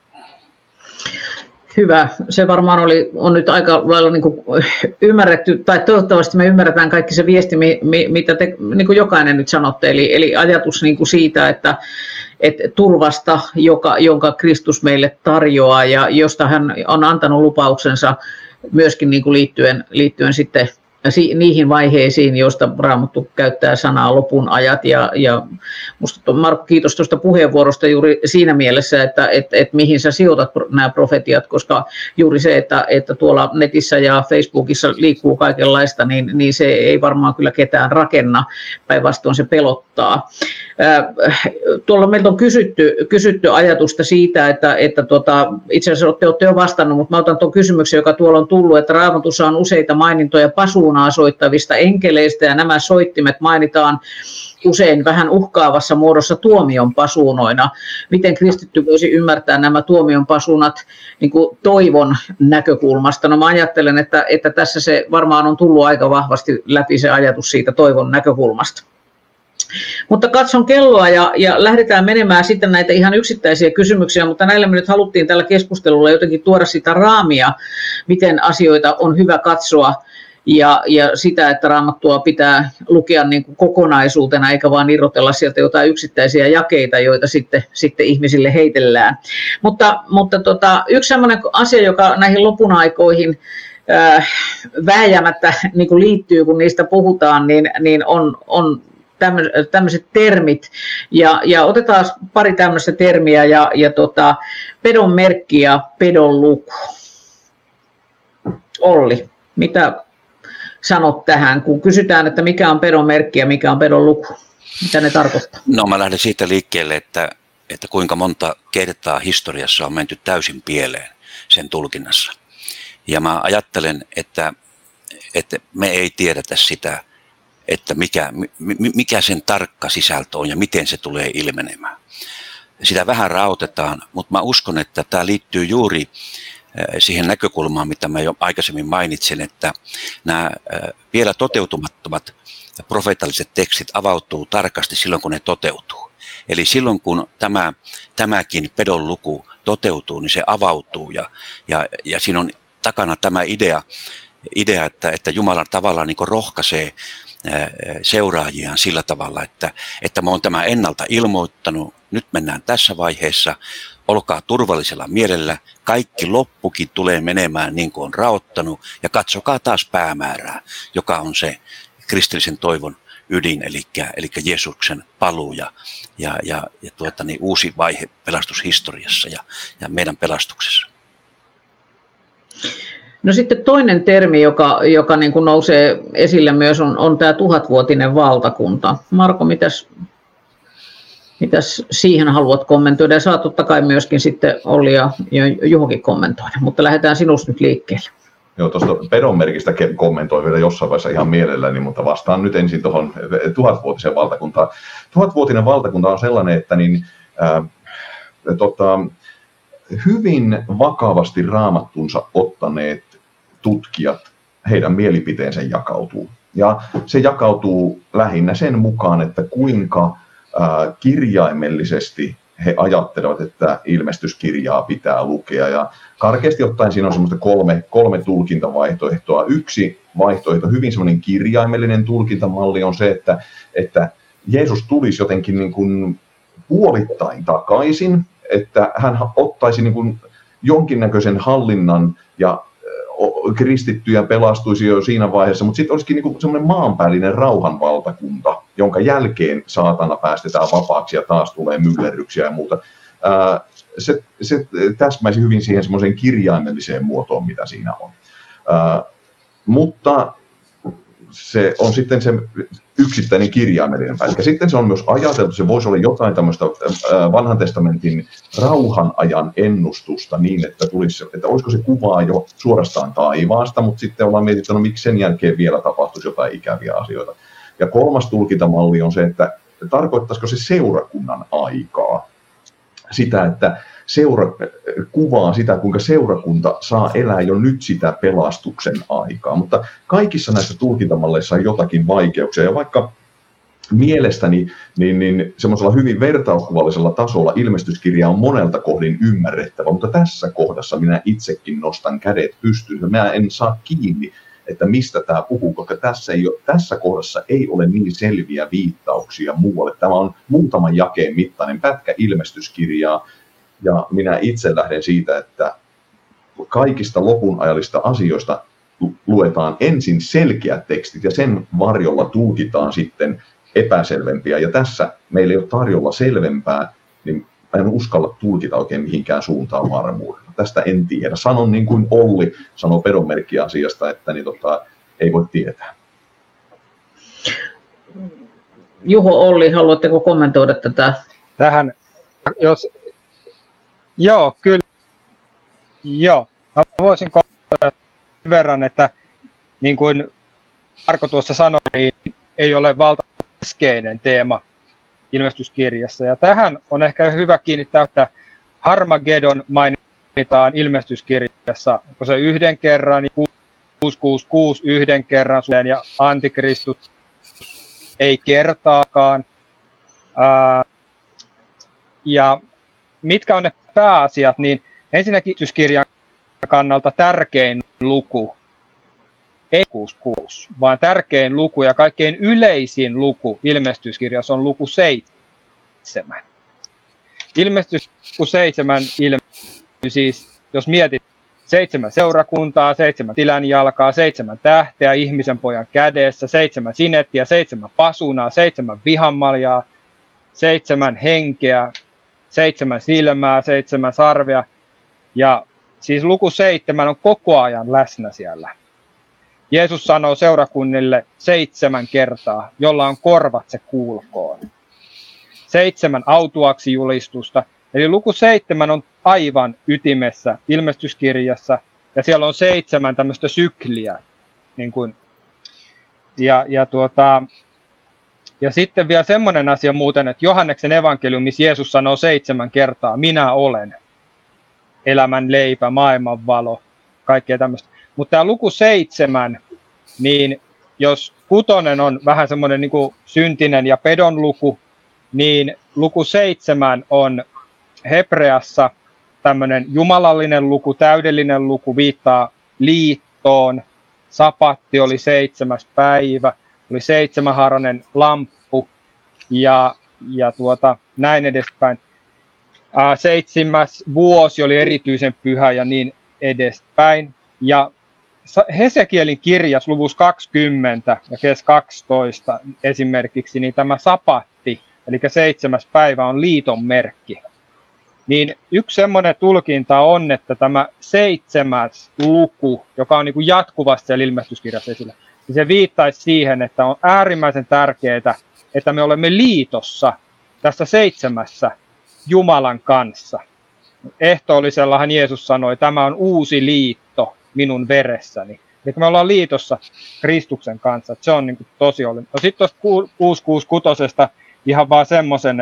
Hyvä. Se varmaan on nyt aika lailla niin kuin ymmärretty, tai toivottavasti me ymmärretään kaikki se viesti, mitä te niin kuin jokainen nyt sanotte. Eli ajatus niin kuin siitä, että turvasta, jonka Kristus meille tarjoaa ja josta hän on antanut lupauksensa myöskin niin kuin liittyen sitten niihin vaiheisiin, joista Raamattu käyttää sanaa lopun ajat. Ja musta Markku, kiitos tuosta puheenvuorosta juuri siinä mielessä, että mihin sä sijoitat nämä profetiat, koska juuri se, että tuolla netissä ja Facebookissa liikkuu kaikenlaista, niin se ei varmaan kyllä ketään rakenna, päinvastoin se pelottaa. Tuolla meiltä on kysytty ajatusta siitä, että itse asiassa olette jo vastannut, mutta mä otan tuon kysymyksen, joka tuolla on tullut, että Raamatussa on useita mainintoja pasuunaa soittavista enkeleistä, ja nämä soittimet mainitaan usein vähän uhkaavassa muodossa tuomion pasuunoina. Miten kristitty voisi ymmärtää nämä tuomion pasuunat niin kuin toivon näkökulmasta? No mä ajattelen, että tässä se varmaan on tullut aika vahvasti läpi se ajatus siitä toivon näkökulmasta. Mutta katson kelloa ja lähdetään menemään sitten näitä ihan yksittäisiä kysymyksiä, mutta näillä me nyt haluttiin tällä keskustelulla jotenkin tuoda sitä raamia, miten asioita on hyvä katsoa ja sitä, että Raamattua pitää lukea niin kuin kokonaisuutena eikä vaan irrotella sieltä jotain yksittäisiä jakeita, joita sitten ihmisille heitellään. Mutta yksi sellainen asia, joka näihin lopun aikoihin vääjäämättä niin kuin liittyy, kun niistä puhutaan, niin on tämmöiset termit, ja otetaan pari tämmöistä termiä, ja pedon merkki ja pedon luku. Olli, mitä sanot tähän, kun kysytään, että mikä on pedon merkki ja mikä on pedon luku? Mitä ne tarkoittaa? No mä lähden siitä liikkeelle, että kuinka monta kertaa historiassa on menty täysin pieleen sen tulkinnassa. Ja mä ajattelen, että me ei tiedetä sitä, että mikä sen tarkka sisältö on ja miten se tulee ilmenemään. Sitä vähän raotetaan, mutta mä uskon, että tämä liittyy juuri siihen näkökulmaan, mitä mä jo aikaisemmin mainitsin, että nämä vielä toteutumattomat profeetalliset tekstit avautuu tarkasti silloin, kun ne toteutuu. Eli silloin, kun tämäkin pedon luku toteutuu, niin se avautuu ja siinä on takana tämä idea että Jumala tavallaan niin kuin rohkaisee seuraajiaan sillä tavalla, että mä oon tämän ennalta ilmoittanut, nyt mennään tässä vaiheessa, olkaa turvallisella mielellä, kaikki loppukin tulee menemään niin kuin on raottanut, ja katsokaa taas päämäärää, joka on se kristillisen toivon ydin, eli Jeesuksen paluu ja uusi vaihe pelastushistoriassa ja meidän pelastuksessa. No sitten toinen termi, joka niin kuin nousee esille myös, on tämä 1000-vuotinen valtakunta. Marko, mitäs siihen haluat kommentoida? Ja saa totta kai myöskin sitten Olli ja Juhokin kommentoida, mutta lähdetään sinusta nyt liikkeelle. Joo, tuosta pedon merkistä kommentoin vielä jossain vaiheessa ihan mielelläni, mutta vastaan nyt ensin tuohon 1000-vuotiseen valtakuntaan. 1000-vuotinen valtakunta on sellainen, että hyvin vakavasti raamattunsa ottaneet tutkijat, heidän mielipiteensä jakautuu. Ja se jakautuu lähinnä sen mukaan, että kuinka kirjaimellisesti he ajattelevat, että ilmestyskirjaa pitää lukea. Ja karkeasti ottaen siinä on semmoista kolme tulkintavaihtoehtoa. Yksi vaihtoehto, hyvin semmoinen kirjaimellinen tulkintamalli on se, että Jeesus tulisi jotenkin niin kuin puolittain takaisin, että hän ottaisi niin kuin jonkinnäköisen hallinnan ja kristittyjä pelastuisi jo siinä vaiheessa, mutta sitten olisikin niin kuin semmoinen maanpäällinen rauhanvaltakunta, jonka jälkeen saatana päästetään vapaaksi ja taas tulee myllerryksiä ja muuta. se täsmäisi hyvin siihen semmoiseen kirjaimelliseen muotoon, mitä siinä on. Mutta se on sitten se yksittäinen kirjaimellinen pätkä. Sitten se on myös ajateltu, se voisi olla jotain tämmöistä vanhan testamentin rauhan ajan ennustusta niin, että olisiko se kuvaa jo suorastaan taivaasta, mutta sitten ollaan mietitty, no miksi sen jälkeen vielä tapahtuisi jotain ikäviä asioita. Ja kolmas tulkintamalli on se, että tarkoittaisiko se seurakunnan aikaa. Sitä, että kuvaa sitä, kuinka seurakunta saa elää jo nyt sitä pelastuksen aikaa. Mutta kaikissa näissä tulkintamalleissa on jotakin vaikeuksia. Ja vaikka mielestäni niin semmoisella hyvin vertauskuvallisella tasolla ilmestyskirja on monelta kohdin ymmärrettävä, mutta tässä kohdassa minä itsekin nostan kädet pystyyn. Mä en saa kiinni, että mistä tämä puhuu, koska tässä kohdassa ei ole niin selviä viittauksia muualle. Tämä on muutaman jakeen mittainen pätkä ilmestyskirjaa, ja minä itse lähden siitä, että kaikista lopunajallista asioista luetaan ensin selkeät tekstit, ja sen varjolla tulkitaan sitten epäselvempiä. Ja tässä meillä ei ole tarjolla selvempää, niin en uskalla tulkita oikein mihinkään suuntaan varmuudella. Tästä en tiedä. Sanon niin kuin Olli sanoo pedonmerkkiasiasta, että ei voi tietää. Juho, Olli, haluatteko kommentoida tätä? Tähän, joo, kyllä. Joo, mä voisin kommentoida sen verran, että niin kuin Marko tuossa sanoi, niin ei ole valtavan keskeinen teema ilmestyskirjassa. Ja tähän on ehkä hyvä kiinnittää, että Harmageddon mainitaan ilmestyskirjassa, kun se yhden kerran, 666 yhden kerran, ja Antikristus ei kertaakaan. Ja mitkä on ne pääasiat, niin ensinnäkin ilmestyskirjan kannalta tärkein luku, ei 66, vaan tärkein luku ja kaikkein yleisin luku ilmestyskirjassa on luku 7. Ilmestys 7 ilmestyy siis, jos mietit 7 seurakuntaa, 7 tilänjalkaa, 7 tähteä ihmisen pojan kädessä, 7 sinettiä, 7 pasunaa, 7 vihanmaljaa, 7 henkeä, 7 silmää, 7 sarvea. Ja siis luku 7 on koko ajan läsnä siellä. Jeesus sanoo seurakunnille 7 kertaa, jolla on korvat se kuulkoon. 7 autuaksi julistusta. Eli luku 7 on aivan ytimessä ilmestyskirjassa, ja siellä on 7 tämmöistä sykliä. Niin kuin, ja sitten vielä semmoinen asia muuten, että Johanneksen evankeliumissa Jeesus sanoo 7 kertaa, minä olen elämän leipä, maailman valo, kaikkea tämmöistä. Mutta tämä luku 7, niin jos 6 on vähän semmoinen niin kuin syntinen ja pedon luku, niin luku 7 on hebreassa tämmöinen jumalallinen luku, täydellinen luku, viittaa liittoon. Sapatti oli 7. päivä, oli 7-haarainen lamppu ja näin edespäin. 7. vuosi oli erityisen pyhä ja niin edespäin. Ja Hesekielin kirjas luvussa 20 ja kes 12 esimerkiksi, niin tämä sapatti, eli 7. päivä on liiton merkki. Niin yksi semmoinen tulkinta on, että tämä 7. luku, joka on niin kuin jatkuvasti siellä ilmestyskirjassa esillä, niin se viittaisi siihen, että on äärimmäisen tärkeää, että me olemme liitossa tässä 7. Jumalan kanssa. Ehtoollisellahan Jeesus sanoi, että tämä on uusi liitto minun veressäni. Eli me ollaan liitossa Kristuksen kanssa, että se on niin kuin tosi ollut. No sitten tuosta 666 ihan vaan semmoisen,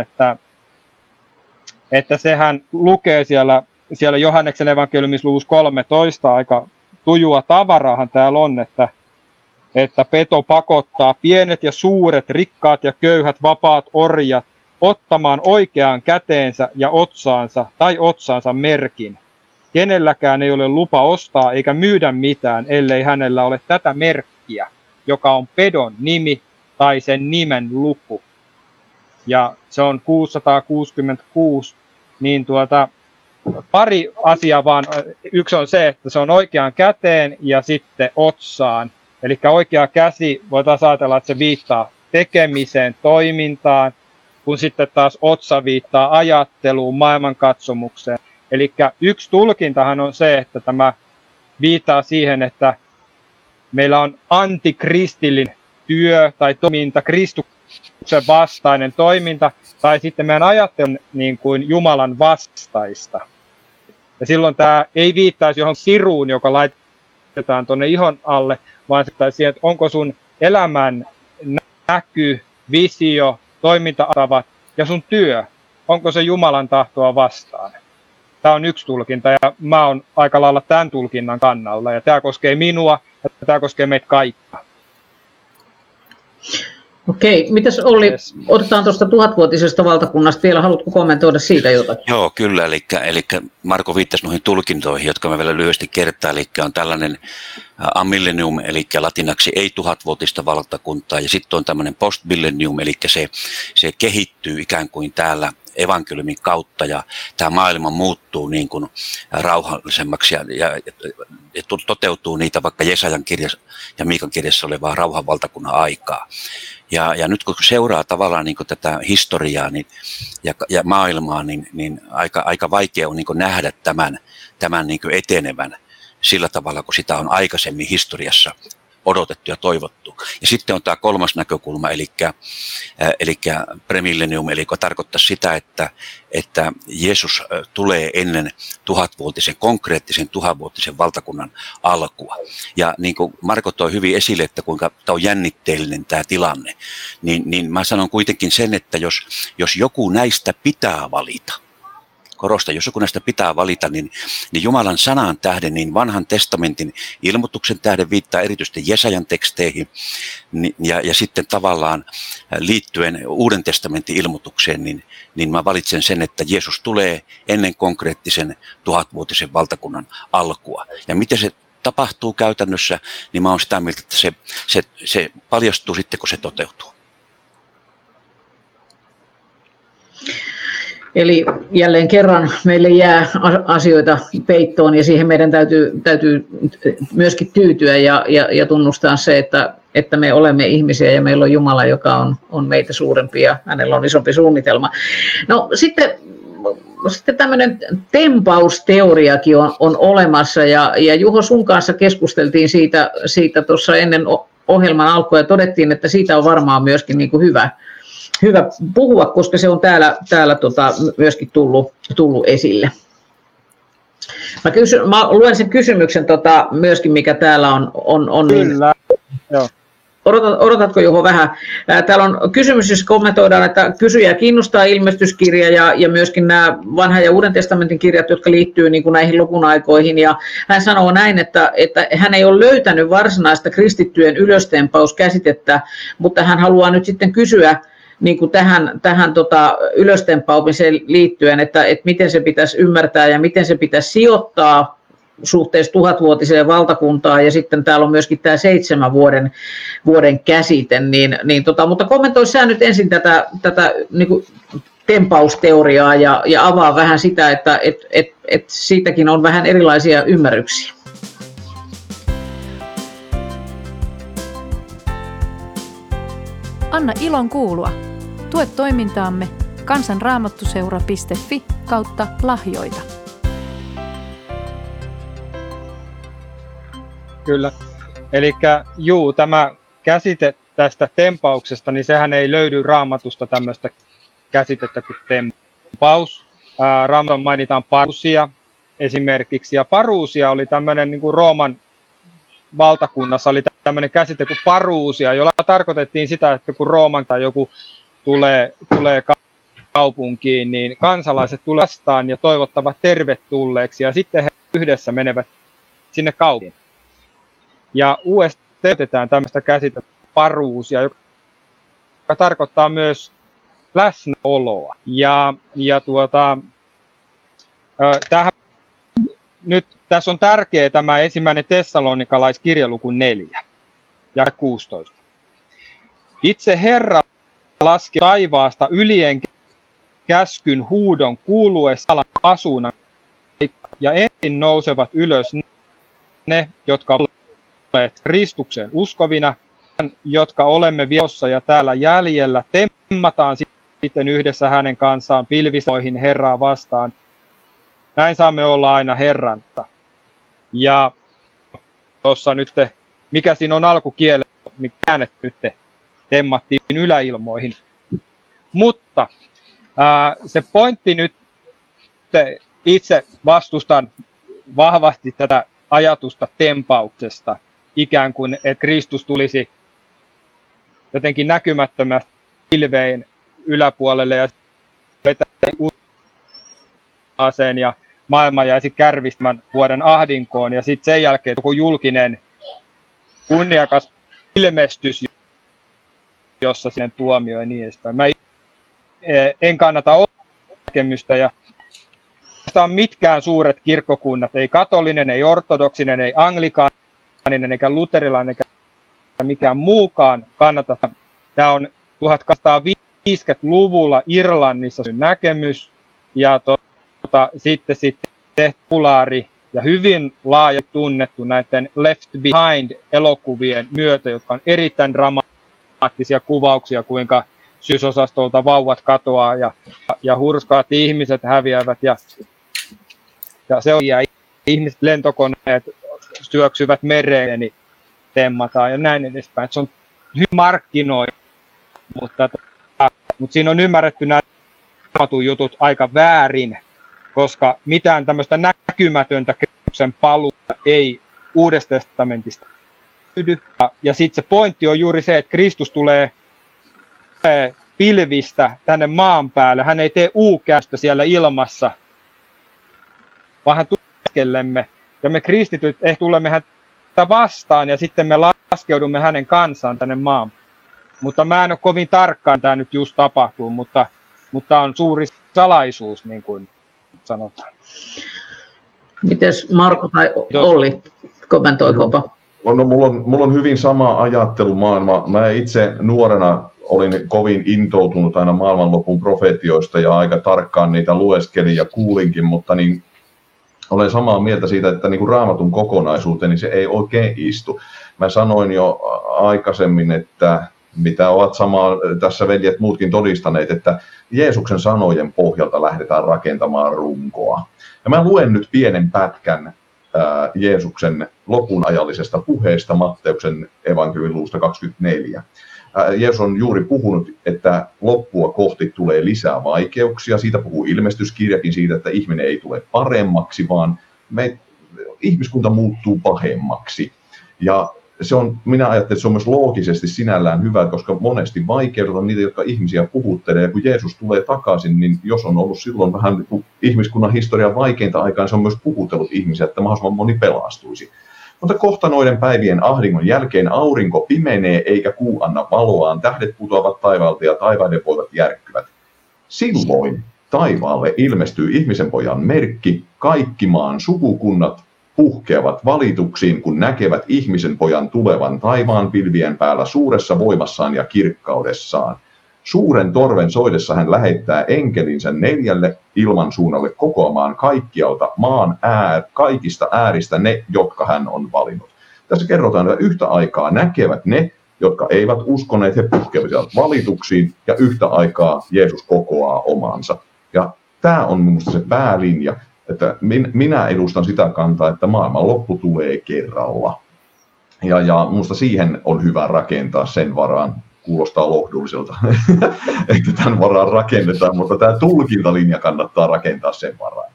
että sehän lukee siellä Johanneksen evankeliumissa luvussa 13, aika tujua tavaraahan täällä on, että peto pakottaa pienet ja suuret, rikkaat ja köyhät, vapaat orjat ottamaan oikeaan käteensä ja otsaansa merkin. Kenelläkään ei ole lupa ostaa eikä myydä mitään, ellei hänellä ole tätä merkkiä, joka on pedon nimi tai sen nimen luku. Ja se on 666, niin pari asiaa vaan. Yksi on se, että se on oikeaan käteen ja sitten otsaan. Eli oikea käsi, voitaisiin ajatella, että se viittaa tekemiseen, toimintaan. kun sitten taas otsa viittaa ajatteluun, maailmankatsomukseen. Eli yksi tulkintahan on se, että tämä viittaa siihen, että meillä on antikristillinen työ tai toiminta, Kristuksen vastainen toiminta, tai sitten meidän ajattelu niin kuin Jumalan vastaista. Ja silloin tämä ei viittaisi johonkin siruun, joka laitetaan tuonne ihon alle, vaan siihen, että onko sun elämän näky, visio, toimintatavat ja sun työ, onko se Jumalan tahtoa vastaan. Tämä on yksi tulkinta ja mä oon aika lailla tämän tulkinnan kannalla ja tämä koskee minua ja tämä koskee meitä kaikkia. Okei, mitäs Olli, otetaan tuosta 1000-vuotisesta valtakunnasta vielä, haluatko kommentoida siitä jotakin? Joo, kyllä, eli Marko viittasi noihin tulkintoihin, jotka mä vielä lyhyesti kertaan, eli on tällainen amillennium, eli latinaksi ei 1000-vuotista valtakuntaa, ja sitten on tämmöinen postmillennium, eli se kehittyy ikään kuin täällä evankeliumin kautta, ja tämä maailma muuttuu niin kuin rauhallisemmaksi, ja toteutuu niitä vaikka Jesajan kirjassa ja Miikan kirjassa olevaa rauhan valtakunnan aikaa. Ja nyt kun seuraa tavallaan niin kuin tätä historiaa ja maailmaa, niin aika vaikea on niin kuin nähdä tämän niin kuin etenevän sillä tavalla, kun sitä on aikaisemmin historiassa odotettu ja toivottu. Ja sitten on tämä kolmas näkökulma, eli premillennium, eli joka tarkoittaa sitä, että Jeesus tulee ennen konkreettisen 1000-vuotisen valtakunnan alkua. Ja niin kuin Marko toi hyvin esille, että kuinka tämä on jännitteellinen tämä tilanne, niin mä sanon kuitenkin sen, että jos joku näistä pitää valita, korostan, jos joku näistä pitää valita, niin Jumalan sanan tähden, niin vanhan testamentin ilmoituksen tähden viittaa erityisesti Jesajan teksteihin ja sitten tavallaan liittyen Uuden testamentin ilmoitukseen, niin mä valitsen sen, että Jeesus tulee ennen konkreettisen 1000-vuotisen valtakunnan alkua. Ja miten se tapahtuu käytännössä, niin mä oon sitä mieltä, että se paljastuu sitten, kun se toteutuu. Eli jälleen kerran meille jää asioita peittoon ja siihen meidän täytyy myöskin tyytyä ja tunnustaa se, että me olemme ihmisiä ja meillä on Jumala, joka on meitä suurempi ja hänellä on isompi suunnitelma. No sitten tämmöinen tempausteoriakin on olemassa ja Juho sun kanssa keskusteltiin siitä tuossa ennen ohjelman alkua ja todettiin, että siitä on varmaan myöskin niin kuin hyvä puhua, koska se on täällä myöskin tullut esille. Mä luen sen kysymyksen myöskin, mikä täällä on. Kyllä, joo. Odotatko Juho vähän? Täällä on kysymys, jossa kommentoidaan, että kysyjä kiinnostaa ilmestyskirja ja myöskin nämä vanhan ja Uuden testamentin kirjat, jotka liittyy niin kuin näihin lopun aikoihin. Ja hän sanoo näin, että hän ei ole löytänyt varsinaista kristittyjen ylöstempauskäsitettä, mutta hän haluaa nyt sitten kysyä, niin kuin tähän ylöstempaumiseen liittyen, että miten se pitäisi ymmärtää ja miten se pitäisi sijoittaa suhteessa 1000-vuotiseen valtakuntaan, ja sitten täällä on myöskin tämä 7 vuoden käsite, mutta kommentoi sä nyt ensin tätä niin kuin tempausteoriaa ja avaa vähän sitä, että siitäkin on vähän erilaisia ymmärryksiä. Anna ilon kuulua. Tue toimintaamme kansanraamattuseura.fi/lahjoita. Kyllä. Eli tämä käsite tästä tempauksesta, niin sehän ei löydy Raamatusta tämmöistä käsitettä kuin tempaus. Raamatussa mainitaan parusia esimerkiksi, ja parusia oli tämmöinen niin kuin Rooman valtakunnassa oli tämmöinen käsite kuin paruusia, jolla tarkoitettiin sitä, että kun Rooman tai joku tulee kaupunkiin, niin kansalaiset tulevat vastaan ja toivottavat tervetulleeksi, ja sitten he yhdessä menevät sinne kaupunkiin. Ja uudestaan käytetään tämmöistä käsitettä paruusia, joka tarkoittaa myös läsnäoloa. Tähän nyt tässä on tärkeä tämä 1. Tessalonikalaiskirja luku 4 ja 16. Itse Herra laski taivaasta ylien käskyn huudon kuuluessa asuna, ja ensin nousevat ylös ne, jotka ovat Kristukseen uskovina, jotka olemme viossa ja täällä jäljellä, temmataan sitten yhdessä hänen kanssaan pilvisoihin Herraa vastaan. Näin saamme olla aina Herranta. Ja tuossa nyt, mikä siinä on alkukielellä, niin käännetty nyt temmattiin yläilmoihin. Mutta se pointti nyt, itse vastustan vahvasti tätä ajatusta tempauksesta, ikään kuin, että Kristus tulisi jotenkin näkymättömästi pilveen yläpuolelle ja vetäisi aseen ja maailma jäisi kärvistämään vuoden ahdinkoon ja sitten sen jälkeen joku julkinen kunniakas ilmestys, jossa sen tuomio ja niin edespäin. Mä en kannata näkemystä ja tästä on mitkään suuret kirkkokunnat, ei katolinen, ei ortodoksinen, ei anglikaaninen, eikä luterilainen, eikä mikään muukaan kannata. Tämä on 1850-luvulla Irlannissa näkemys ja sitten populaari ja hyvin laaja tunnettu näiden Left Behind-elokuvien myötä, jotka on erittäin dramaattisia kuvauksia, kuinka syysosastolta vauvat katoaa ja hurskaat ihmiset häviävät ja se on, ja ihmiset lentokoneet syöksyvät mereen, niin temmataan ja näin edespäin. Se on hyvin markkinoitu, mutta siinä on ymmärretty nämä jutut aika väärin, koska mitään tämmöistä näkymätöntä Kristuksen paluuta ei Uudesta testamentista löydy. Ja sitten se pointti on juuri se, että Kristus tulee pilvistä tänne maan päälle. Hän ei tee U-käystä siellä ilmassa, vaan hän tuskellemme. Ja me kristityt tulemme häntä vastaan ja sitten me laskeudumme hänen kansaan tänne maan. Mutta mä en ole kovin tarkkaan, tämä nyt just tapahtuu, mutta on suuri salaisuus, niin kuin sanotaan. Mites Marko tai Olli, kommentoikopa? No, mulla on hyvin sama ajattelumaailma. Mä itse nuorena olin kovin intoutunut aina maailmanlopun profetioista ja aika tarkkaan niitä lueskelin ja kuulinkin, mutta niin olen samaa mieltä siitä, että niin kuin Raamatun kokonaisuuteen niin se ei oikein istu. Mä sanoin jo aikaisemmin, että mitä ovat samaa tässä veljet muutkin todistaneet, että Jeesuksen sanojen pohjalta lähdetään rakentamaan runkoa. Ja mä luen nyt pienen pätkän Jeesuksen lopunajallisesta puheesta Matteuksen evankeliumin luvusta 24. Jeesus on juuri puhunut, että loppua kohti tulee lisää vaikeuksia. Siitä puhuu ilmestyskirjakin siitä, että ihminen ei tule paremmaksi, vaan ihmiskunta muuttuu pahemmaksi. Ja minä ajattelen, että se on myös loogisesti sinällään hyvä, koska monesti vaikeudet on niitä, jotka ihmisiä puhuttelee. Ja kun Jeesus tulee takaisin, niin jos on ollut silloin vähän ihmiskunnan historian vaikeinta aikaa, niin se on myös puhutellut ihmisiä, että mahdollisimman moni pelastuisi. Mutta kohta noiden päivien ahdingon jälkeen aurinko pimenee eikä kuu anna valoaan, tähdet putoavat taivaalta ja taivaiden voivat järkkyvät. Silloin taivaalle ilmestyy ihmisen pojan merkki, kaikki maan sukukunnat puhkeavat valituksiin, kun näkevät ihmisen pojan tulevan taivaan pilvien päällä suuressa voimassaan ja kirkkaudessaan. Suuren torven soidessa hän lähettää enkelinsä 4 ilmansuunnalle kokoamaan kaikkialta maan kaikista ääristä ne, jotka hän on valinnut. Tässä kerrotaan, että yhtä aikaa näkevät ne, jotka eivät uskoneet, he puhkeavat valituksiin, ja yhtä aikaa Jeesus kokoaa omansa. Ja tämä on minusta se päälinja, että minä edustan sitä kantaa, että maailman loppu tulee kerralla. Ja minusta siihen on hyvä rakentaa sen varaan. Kuulostaa lohdulliselta, että tämän varaan rakennetaan, mutta tämä tulkintalinja kannattaa rakentaa sen varaan.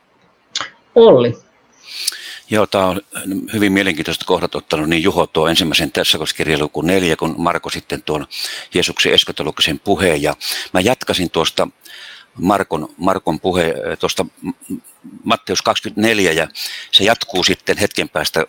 Olli. Joo, tämä on hyvin mielenkiintoista kohdat ottanut niin Juho tuo ensimmäisen Tessalonicenskirjan luku 4, kun Marko sitten tuon Jeesuksen eskatologisen puheen. Ja mä jatkasin tuosta Markon puhe tuosta Matteus 24 ja se jatkuu sitten hetken päästä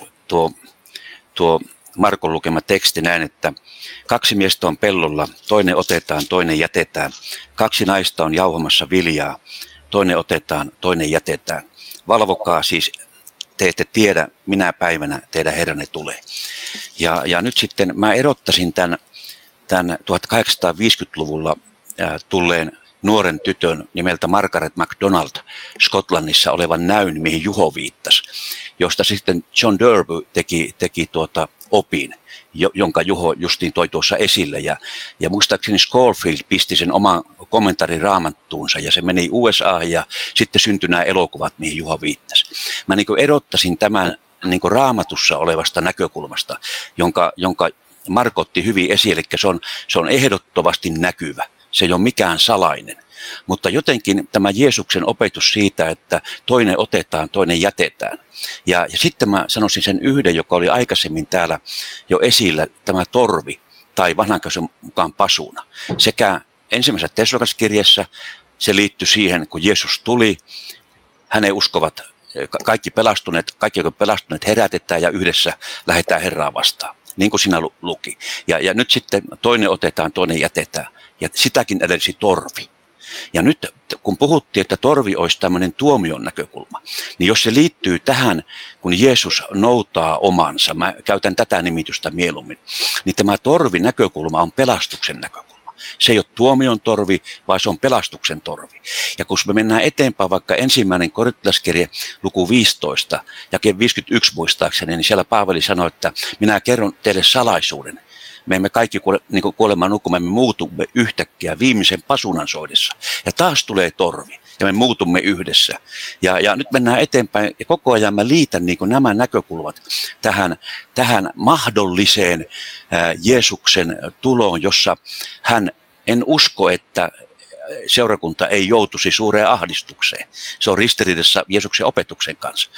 tuo Markon lukema teksti näin, että 2 miestä on pellolla, toinen otetaan, toinen jätetään. 2 naista on jauhamassa viljaa, toinen otetaan, toinen jätetään. Valvokaa siis, te ette tiedä, minä päivänä teidän herranne tulee. Ja nyt sitten mä erottaisin tämän 1850-luvulla tulleen nuoren tytön nimeltä Margaret MacDonald Skotlannissa olevan näyn, mihin Juho viittasi, josta sitten John Derby teki opin, jonka Juho justiin toi tuossa esille. Ja muistaakseni Schofield pisti sen oman kommentaarin raamattuunsa ja se meni USA:han ja sitten syntyi nämä elokuvat, mihin Juho viittasi. Mä niin kuin erottaisin tämän niin kuin raamatussa olevasta näkökulmasta, jonka Marko otti hyvin esiin, eli se on ehdottomasti näkyvä. Se ei ole mikään salainen. Mutta jotenkin tämä Jeesuksen opetus siitä, että toinen otetaan, toinen jätetään. Ja sitten mä sanoisin sen yhden, joka oli aikaisemmin täällä jo esillä, tämä torvi tai vanhankäytön mukaan pasuna. Sekä ensimmäisessä Tessalonikalaiskirjeessä se liittyi siihen, kun Jeesus tuli, hänen uskovat kaikki jotka pelastuneet herätetään ja yhdessä lähdetään Herraa vastaan, niin kuin siinä luki. Ja nyt sitten toinen otetaan, toinen jätetään. Ja sitäkin edelsi torvi. Ja nyt kun puhuttiin, että torvi olisi tämmöinen tuomion näkökulma, niin jos se liittyy tähän, kun Jeesus noutaa omansa, mä käytän tätä nimitystä mieluummin, niin tämä torvi näkökulma on pelastuksen näkökulma. Se ei ole tuomion torvi, vaan se on pelastuksen torvi. Ja kun me mennään eteenpäin, vaikka ensimmäinen Korintolaiskirje luku 15, jake 51 muistaakseni, niin siellä Paavali sanoi, että minä kerron teille salaisuuden. Me emme kaikki niin kuin kuolemaan nukumme, me muutumme yhtäkkiä viimeisen pasunan soidessa. Ja taas tulee torvi ja me muutumme yhdessä. Ja nyt mennään eteenpäin ja koko ajan mä liitän niin kuin nämä näkökulmat tähän mahdolliseen Jeesuksen tuloon, jossa en usko, että seurakunta ei joutuisi suureen ahdistukseen. Se on ristiriidassa Jeesuksen opetuksen kanssa,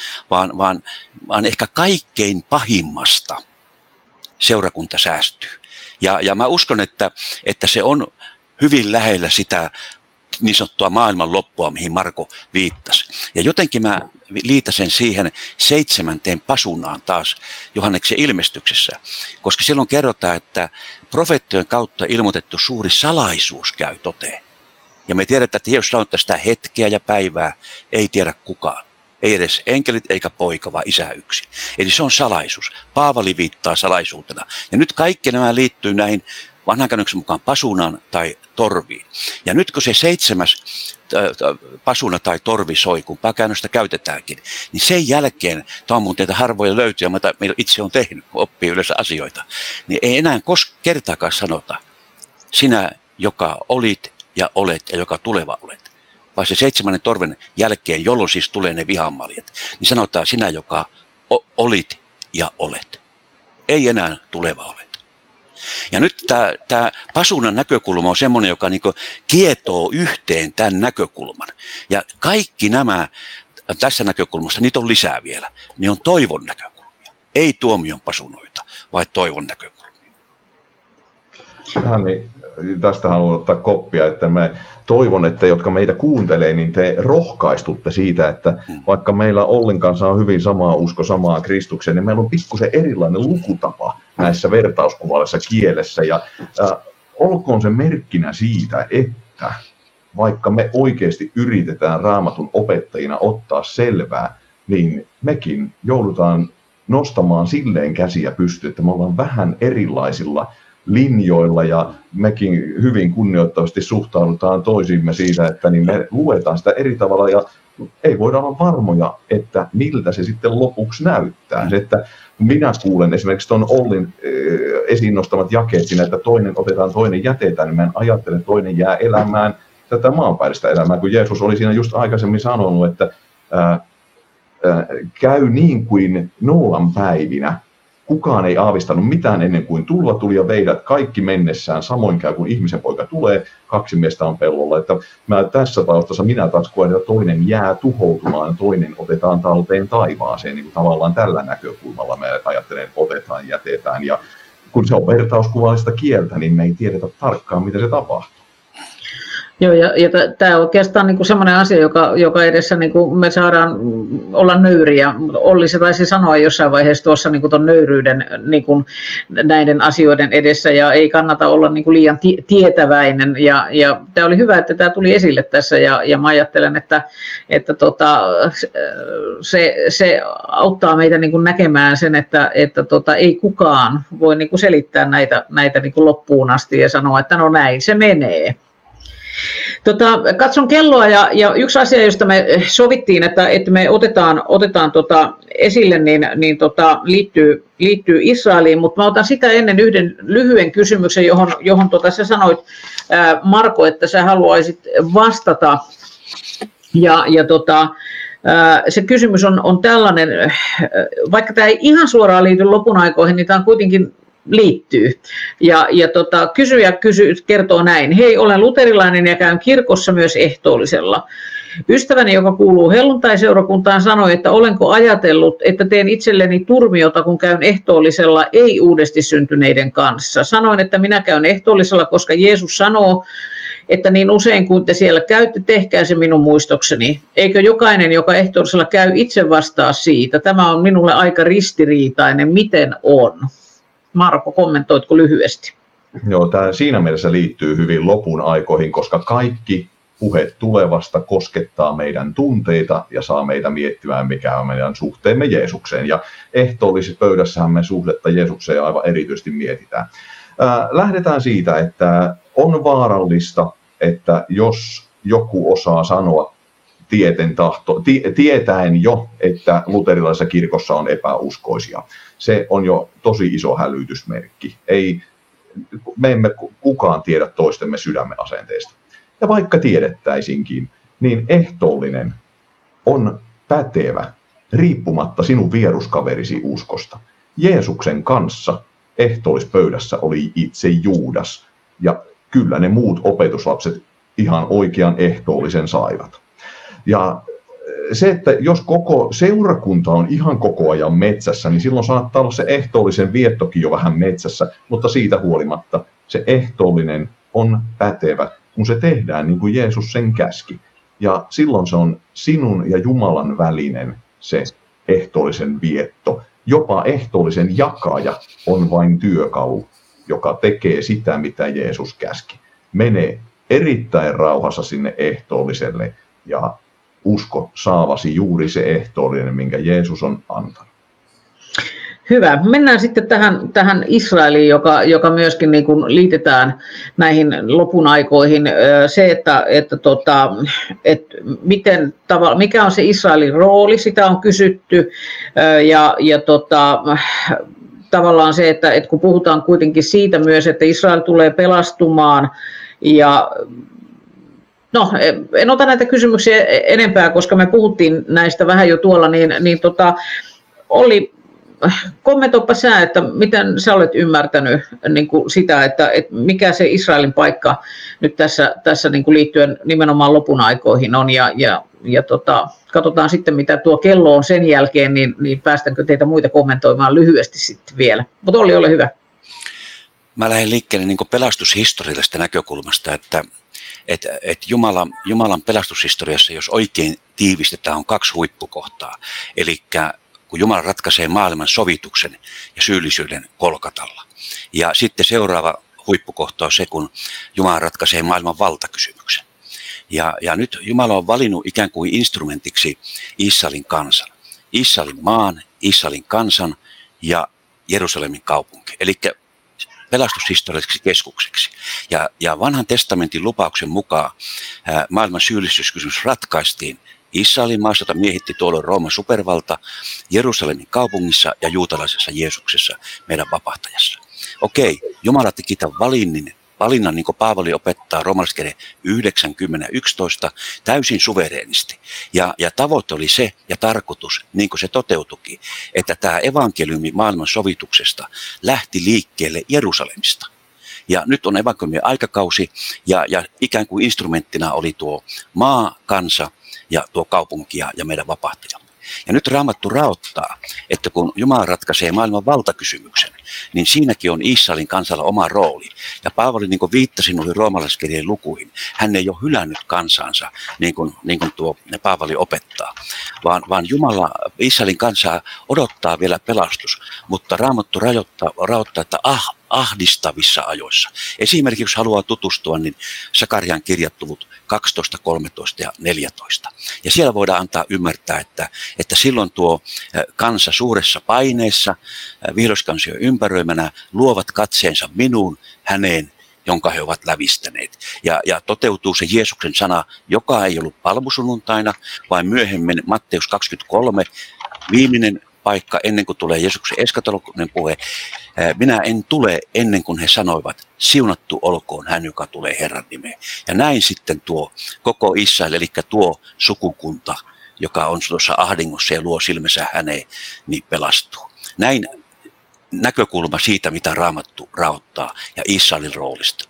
vaan ehkä kaikkein pahimmasta seurakunta säästyy. Ja mä uskon, että se on hyvin lähellä sitä niin sanottua maailman loppua, mihin Marko viittasi. Ja jotenkin mä liitän sen siihen 7. pasunaan taas Johanneksen ilmestyksessä, koska silloin kerrotaan, että profeettojen kautta ilmoitettu suuri salaisuus käy toteen. Ja me tiedetään, että Jeesus sanoo, että sitä hetkeä ja päivää ei tiedä kukaan. Ei edes enkelit eikä poika, vaan Isä yksin. Eli se on salaisuus. Paavali viittaa salaisuutena. Ja nyt kaikki nämä liittyy näihin vanhankäännöksen mukaan pasunaan tai torviin. Ja nyt kun se 7. pasuna tai torvi soi, kun pääkäännöstä käytetäänkin, niin sen jälkeen, tämä on mun teitä harvoja löytyjä, mitä itse on tehnyt, kun oppii yleensä asioita, niin ei enää kertaakaan sanota, sinä, joka olit ja olet ja joka tuleva olet. Vaan se 7. torven jälkeen, jolloin siis tulee ne vihanmaljet, niin sanotaan sinä, joka olit ja olet. Ei enää tuleva olet. Ja nyt tämä pasunan näkökulma on semmoinen, joka niinku kietoo yhteen tämän näkökulman. Ja kaikki nämä tässä näkökulmassa, niitä on lisää vielä, niin on toivon näkökulmia. Ei tuomion pasunoita, vaan toivon näkökulmia. Niin, tästä haluan ottaa koppia, että mä toivon, että jotka meitä kuuntelee, niin te rohkaistutte siitä, että vaikka meillä Ollin kanssa on hyvin samaa usko, samaa Kristukseen, niin meillä on pikkusen erilainen lukutapa näissä vertauskuvallisessa kielessä. Ja olkoon se merkkinä siitä, että vaikka me oikeasti yritetään Raamatun opettajina ottaa selvää, niin mekin joudutaan nostamaan silleen käsiä pystyyn, että me ollaan vähän erilaisilla linjoilla ja mekin hyvin kunnioittavasti suhtaudutaan toisiimme siitä, että niin me luetaan sitä eri tavalla ja ei voida olla varmoja, että miltä se sitten lopuksi näyttää. Se, että minä kuulen esimerkiksi tuon Ollin esiin nostamat jakeet siinä, että toinen otetaan, toinen jätetään, niin mä en ajattele, että toinen jää elämään tätä maanpäistä elämää, kun Jeesus oli siinä just aikaisemmin sanonut, että käy niin kuin Nooan päivinä. Kukaan ei aavistanut mitään ennen kuin tulla tuli ja veidät kaikki mennessään, samoin käy kun ihmisen poika tulee, 2 miestä on pellolla. Että tässä taustassa minä taas koen, että toinen jää tuhoutumaan, toinen otetaan talteen taivaaseen, niin kuin tavallaan tällä näkökulmalla me ajattelen, että otetaan, jätetään. Ja kun se on vertauskuvallista kieltä, niin me ei tiedetä tarkkaan, mitä se tapahtuu. Joo, ja tämä on oikeastaan niin kuin sellainen asia, joka edessä niin kuin me saadaan olla nöyriä. Olli se taisi sanoa jossain vaiheessa tuossa niin kuin ton nöyryyden niin kuin näiden asioiden edessä, ja ei kannata olla niin kuin liian tietäväinen. Ja tämä oli hyvä, että tämä tuli esille tässä, ja mä ajattelen, että se auttaa meitä niin kuin näkemään sen, että ei kukaan voi niin kuin selittää näitä niin kuin loppuun asti ja sanoa, että no näin se menee. Katson kelloa ja yksi asia, josta me sovittiin, että me otetaan esille, liittyy Israeliin, mutta mä otan sitä ennen yhden lyhyen kysymyksen, johon sä sanoit, Marko, että sä haluaisit vastata. Se kysymys on tällainen, vaikka tämä ei ihan suoraan liity lopun aikoihin, niin tämä kuitenkin liittyy. Kysyjä kertoo näin: hei, olen luterilainen ja käyn kirkossa myös ehtoollisella. Ystäväni, joka kuuluu helluntaiseurakuntaan, sanoi, että olenko ajatellut, että teen itselleni turmiota, kun käyn ehtoollisella ei uudesti syntyneiden kanssa. Sanoin, että minä käyn ehtoollisella, koska Jeesus sanoo, että niin usein kuin te siellä käytte, tehkää se minun muistokseni. Eikö jokainen, joka ehtoollisella käy, itse vastaa siitä? Tämä on minulle aika ristiriitainen. Miten on? Marko, kommentoitko lyhyesti? Joo, tämä siinä mielessä liittyy hyvin lopun aikoihin, koska kaikki puhe tulevasta koskettaa meidän tunteita ja saa meitä miettimään, mikä on meidän suhteemme Jeesukseen. Ja ehtoollisessa pöydässähän me suhdetta Jeesukseen aivan erityisesti mietitään. Lähdetään siitä, että on vaarallista, että jos joku osaa sanoa tietäen jo, että luterilaisessa kirkossa on epäuskoisia, se on jo tosi iso hälytysmerkki. Me emme kukaan tiedä toistemme sydämen asenteesta. Ja vaikka tiedettäisinkin, niin ehtoollinen on pätevä riippumatta sinun vieruskaverisi uskosta. Jeesuksen kanssa ehtoollispöydässä oli itse Juudas, ja kyllä ne muut opetuslapset ihan oikean ehtoollisen saivat. Ja se, että jos koko seurakunta on ihan koko ajan metsässä, niin silloin saattaa olla se ehtoollisen viettokin jo vähän metsässä, mutta siitä huolimatta se ehtoollinen on pätevä, kun se tehdään niin kuin Jeesus sen käski. Ja silloin se on sinun ja Jumalan välinen se ehtoollisen vietto. Jopa ehtoollisen jakaja on vain työkalu, joka tekee sitä, mitä Jeesus käski. Mene erittäin rauhassa sinne ehtoolliselle ja usko saavasi juuri se ehtoollinen, minkä Jeesus on antanut. Hyvä. Mennään sitten tähän Israeliin, joka myöskin niin kuin liitetään näihin lopun aikoihin. Se, että mikä on se Israelin rooli, sitä on kysytty. Tavallaan se, että kun puhutaan kuitenkin siitä myös, että Israel tulee pelastumaan. En ota näitä kysymyksiä enempää, koska me puhuttiin näistä vähän jo tuolla, Olli, kommentoipa sä, että miten sä olet ymmärtänyt niin kuin sitä, että mikä se Israelin paikka nyt tässä niin kuin liittyen nimenomaan lopun aikoihin on, katsotaan sitten mitä tuo kello on sen jälkeen, niin päästänkö teitä muita kommentoimaan lyhyesti sitten vielä. Mutta Olli, ole hyvä. Mä lähden liikkeelle niin kuin pelastushistoriallisesta näkökulmasta, että Jumalan pelastushistoriassa, jos oikein tiivistetään, on 2 huippukohtaa. Eli kun Jumala ratkaisee maailman sovituksen ja syyllisyyden Golgatalla. Ja sitten seuraava huippukohta on se, kun Jumala ratkaisee maailman valtakysymyksen. Ja nyt Jumala on valinnut ikään kuin instrumentiksi Israelin kansan. Israelin maan, Israelin kansan ja Jerusalemin kaupunki. Eli pelastushistorialliseksi keskukseksi. Ja vanhan testamentin lupauksen mukaan maailman syyllisyyskysymys ratkaistiin Israelin maassa, jota miehitti tuolloin Rooman supervalta, Jerusalemin kaupungissa ja juutalaisessa Jeesuksessa, meidän vapahtajassa. Okei, Jumala teki tämän valinnan, niin kuin Paavali opettaa roomalaiskirjeen 9:11, täysin suvereenisti. Ja tavoite oli se, ja tarkoitus, niin kuin se toteutuikin, että tämä evankeliumi maailman sovituksesta lähti liikkeelle Jerusalemista. Ja nyt on evankeliumin aikakausi, ja ikään kuin instrumenttina oli tuo maa, kansa ja tuo kaupunki ja meidän vapahtajamme. Ja nyt Raamattu raottaa, että kun Jumala ratkaisee maailman valtakysymyksen, niin siinäkin on Israelin kansalla oma rooli. Ja Paavali, niin kuin viittasi noihin roomalaiskirjeen lukuihin, hän ei ole hylännyt kansansa, niin kuin tuo Paavali opettaa, vaan Jumala, Israelin kansaa odottaa vielä pelastus, mutta Raamattu raottaa, että ahdistavissa ajoissa. Esimerkiksi jos haluaa tutustua, niin Sakarian kirjat-luvut 12, 13 ja 14. Ja siellä voidaan antaa ymmärtää, että silloin tuo kansa suuressa paineessa, viholliskansien ympäröimänä, luovat katseensa minuun, häneen jonka he ovat lävistäneet. Ja toteutuu se Jeesuksen sana, joka ei ollut palmusunnuntaina, vaan myöhemmin Matteus 23, viimeinen paikka ennen kuin tulee Jeesuksen eskatologinen puhe. Minä en tule ennen kuin he sanoivat, siunattu olkoon hän, joka tulee Herran nimeen. Ja näin sitten tuo koko Israel, eli tuo sukukunta, joka on tuossa ahdingossa ja luo silmänsä häneen, niin pelastuu. Näin näkökulma siitä, mitä Raamattu raottaa ja Israelin roolista.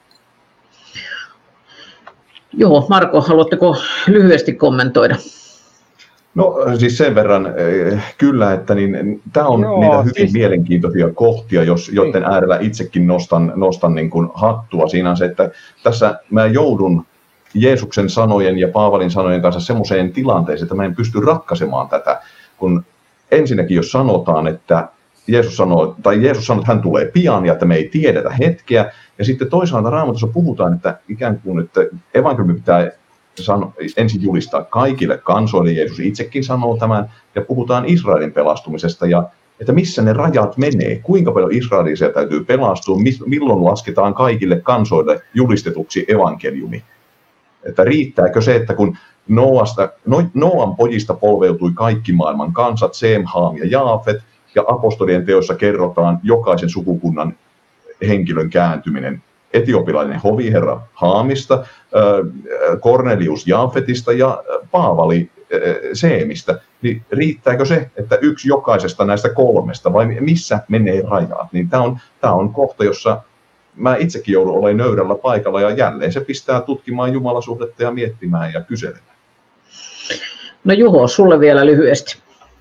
Joo, Marko, haluatteko lyhyesti kommentoida? No siis sen verran kyllä, että tämä on niitä hyvin mielenkiintoisia kohtia, joiden äärellä itsekin nostan niin kuin hattua. Siinä on se, että tässä mä joudun Jeesuksen sanojen ja Paavalin sanojen kanssa semmoiseen tilanteeseen, että mä en pysty ratkaisemaan tätä, kun ensinnäkin jos sanotaan, että Jeesus sanoo, että hän tulee pian ja että me ei tiedetä hetkeä, ja sitten toisaalta Raamatussa puhutaan, että ikään kuin että evankeliumi pitää ensin julistaa kaikille kansoille, Jeesus itsekin sanoo tämän, ja puhutaan Israelin pelastumisesta, ja että missä ne rajat menee, kuinka paljon israelisia täytyy pelastua, milloin lasketaan kaikille kansoille julistetuksi evankeliumi. Että riittääkö se, että kun Noan pojista polveutui kaikki maailman kansat, Seem, Haam ja Jaafet, ja apostolien teoissa kerrotaan jokaisen sukukunnan henkilön kääntyminen. Etiopilainen hoviherra Haamista, Kornelius Jaafetista ja Paavali Seemistä. Niin riittääkö se, että yksi jokaisesta näistä kolmesta vai missä menee rajat? Niin tämä on kohta, jossa mä itsekin joudun olemaan nöyrällä paikalla ja jälleen se pistää tutkimaan jumalasuhdetta ja miettimään ja kyselemään. No Juho, sulle vielä lyhyesti.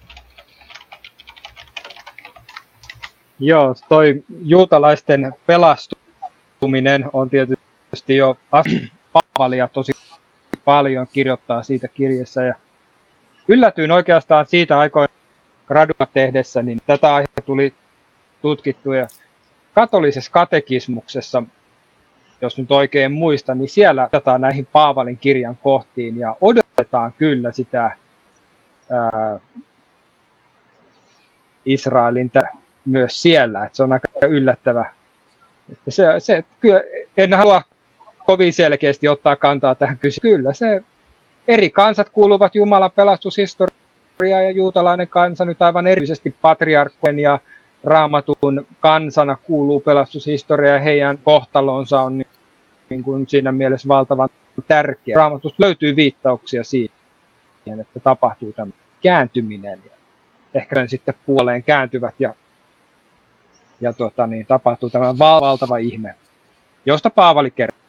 Joo, toi juutalaisten pelastuminen on tietysti jo Paavalia tosi paljon kirjoittaa siitä kirjassa. Ja yllätyin oikeastaan siitä aikoina gradua tehdessä, niin tätä aihetta tuli tutkittua. Ja katolisessa katekismuksessa, jos nyt oikein muistan, niin siellä otetaan näihin Paavalin kirjan kohtiin ja odotetaan kyllä sitä Israelin myös siellä, että se on aika yllättävä. Että se kyllä, en halua kovin selkeästi ottaa kantaa tähän kysymykseen. Kyllä se eri kansat kuuluvat Jumalan pelastushistoriaan ja juutalainen kansa nyt aivan erityisesti patriarkkojen ja Raamatun kansana kuuluu pelastushistoria ja heidän kohtalonsa on niin kuin siinä mielessä valtavan tärkeä. Raamatusta löytyy viittauksia siihen, että tapahtuu tämä kääntyminen ja ehkä ne sitten puoleen kääntyvät ja tapahtuu tämä valtava ihme, josta Paavali kertoo.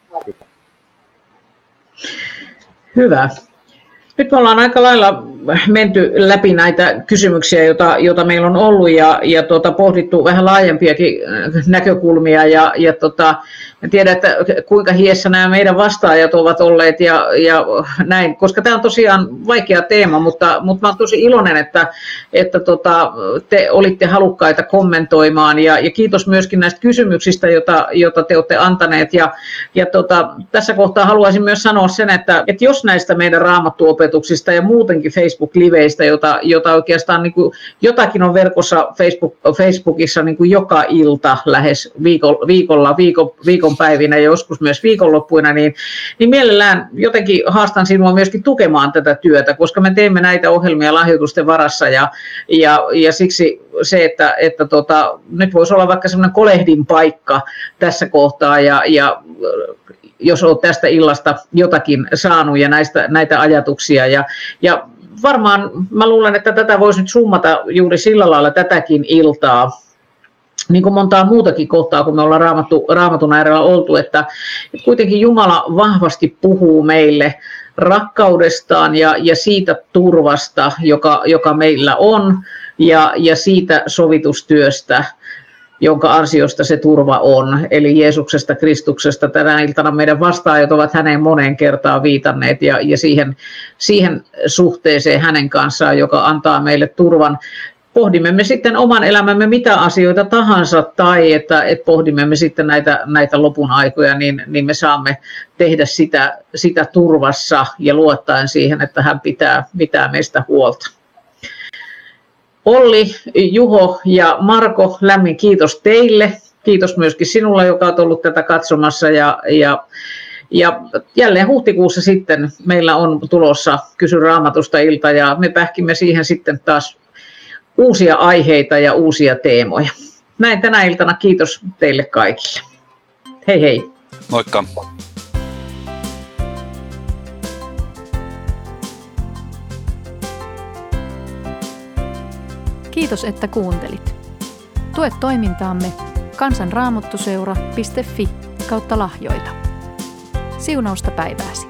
Hyvä. Nyt me ollaan aika lailla menty läpi näitä kysymyksiä, joita meillä on ollut ja pohdittu vähän laajempiakin näkökulmia. En tiedä, että kuinka hiessä nämä meidän vastaajat ovat olleet ja näin, koska tämä on tosiaan vaikea teema, mutta mä olen tosi iloinen, että te olitte halukkaita kommentoimaan ja kiitos myöskin näistä kysymyksistä, joita te olette antaneet. Tässä kohtaa haluaisin myös sanoa sen, että jos näistä meidän raamattuopetuksista ja muutenkin Facebook-liveistä, jota oikeastaan niin kuin, jotakin on verkossa Facebookissa niin kuin joka ilta lähes viikonpäivinä ja joskus myös viikonloppuina, niin mielellään jotenkin haastan sinua myöskin tukemaan tätä työtä, koska me teemme näitä ohjelmia lahjoitusten varassa ja siksi se, että nyt voisi olla vaikka semmoinen kolehdin paikka tässä kohtaa ja jos olet tästä illasta jotakin saanut ja näitä ajatuksia. Ja varmaan mä luulen, että tätä voisi nyt summata juuri sillä lailla tätäkin iltaa, niin kuin montaa muutakin kohtaa, kun me ollaan Raamatun äärellä oltu, että kuitenkin Jumala vahvasti puhuu meille rakkaudestaan ja siitä turvasta, joka meillä on, ja siitä sovitustyöstä, jonka ansiosta se turva on, eli Jeesuksesta, Kristuksesta. Tänä iltana meidän vastaajat ovat häneen moneen kertaan viitanneet ja siihen suhteeseen hänen kanssaan, joka antaa meille turvan. Pohdimme me sitten oman elämämme mitä asioita tahansa tai että pohdimme me sitten näitä lopun aikoja, niin me saamme tehdä sitä turvassa ja luottaen siihen, että hän pitää meistä huolta. Olli, Juho ja Marko, lämmin kiitos teille Kiitos myöskin sinulle, joka olet ollut tätä katsomassa. Ja jälleen huhtikuussa sitten meillä on tulossa Kysy Raamatusta -ilta ja me pähkimme siihen sitten taas uusia aiheita ja uusia teemoja. Näin tänä iltana. Kiitos teille kaikille. Hei hei. Moikka. Kiitos, että kuuntelit. Tue toimintaamme kansanraamattuseura.fi/lahjoita. Siunausta päivääsi.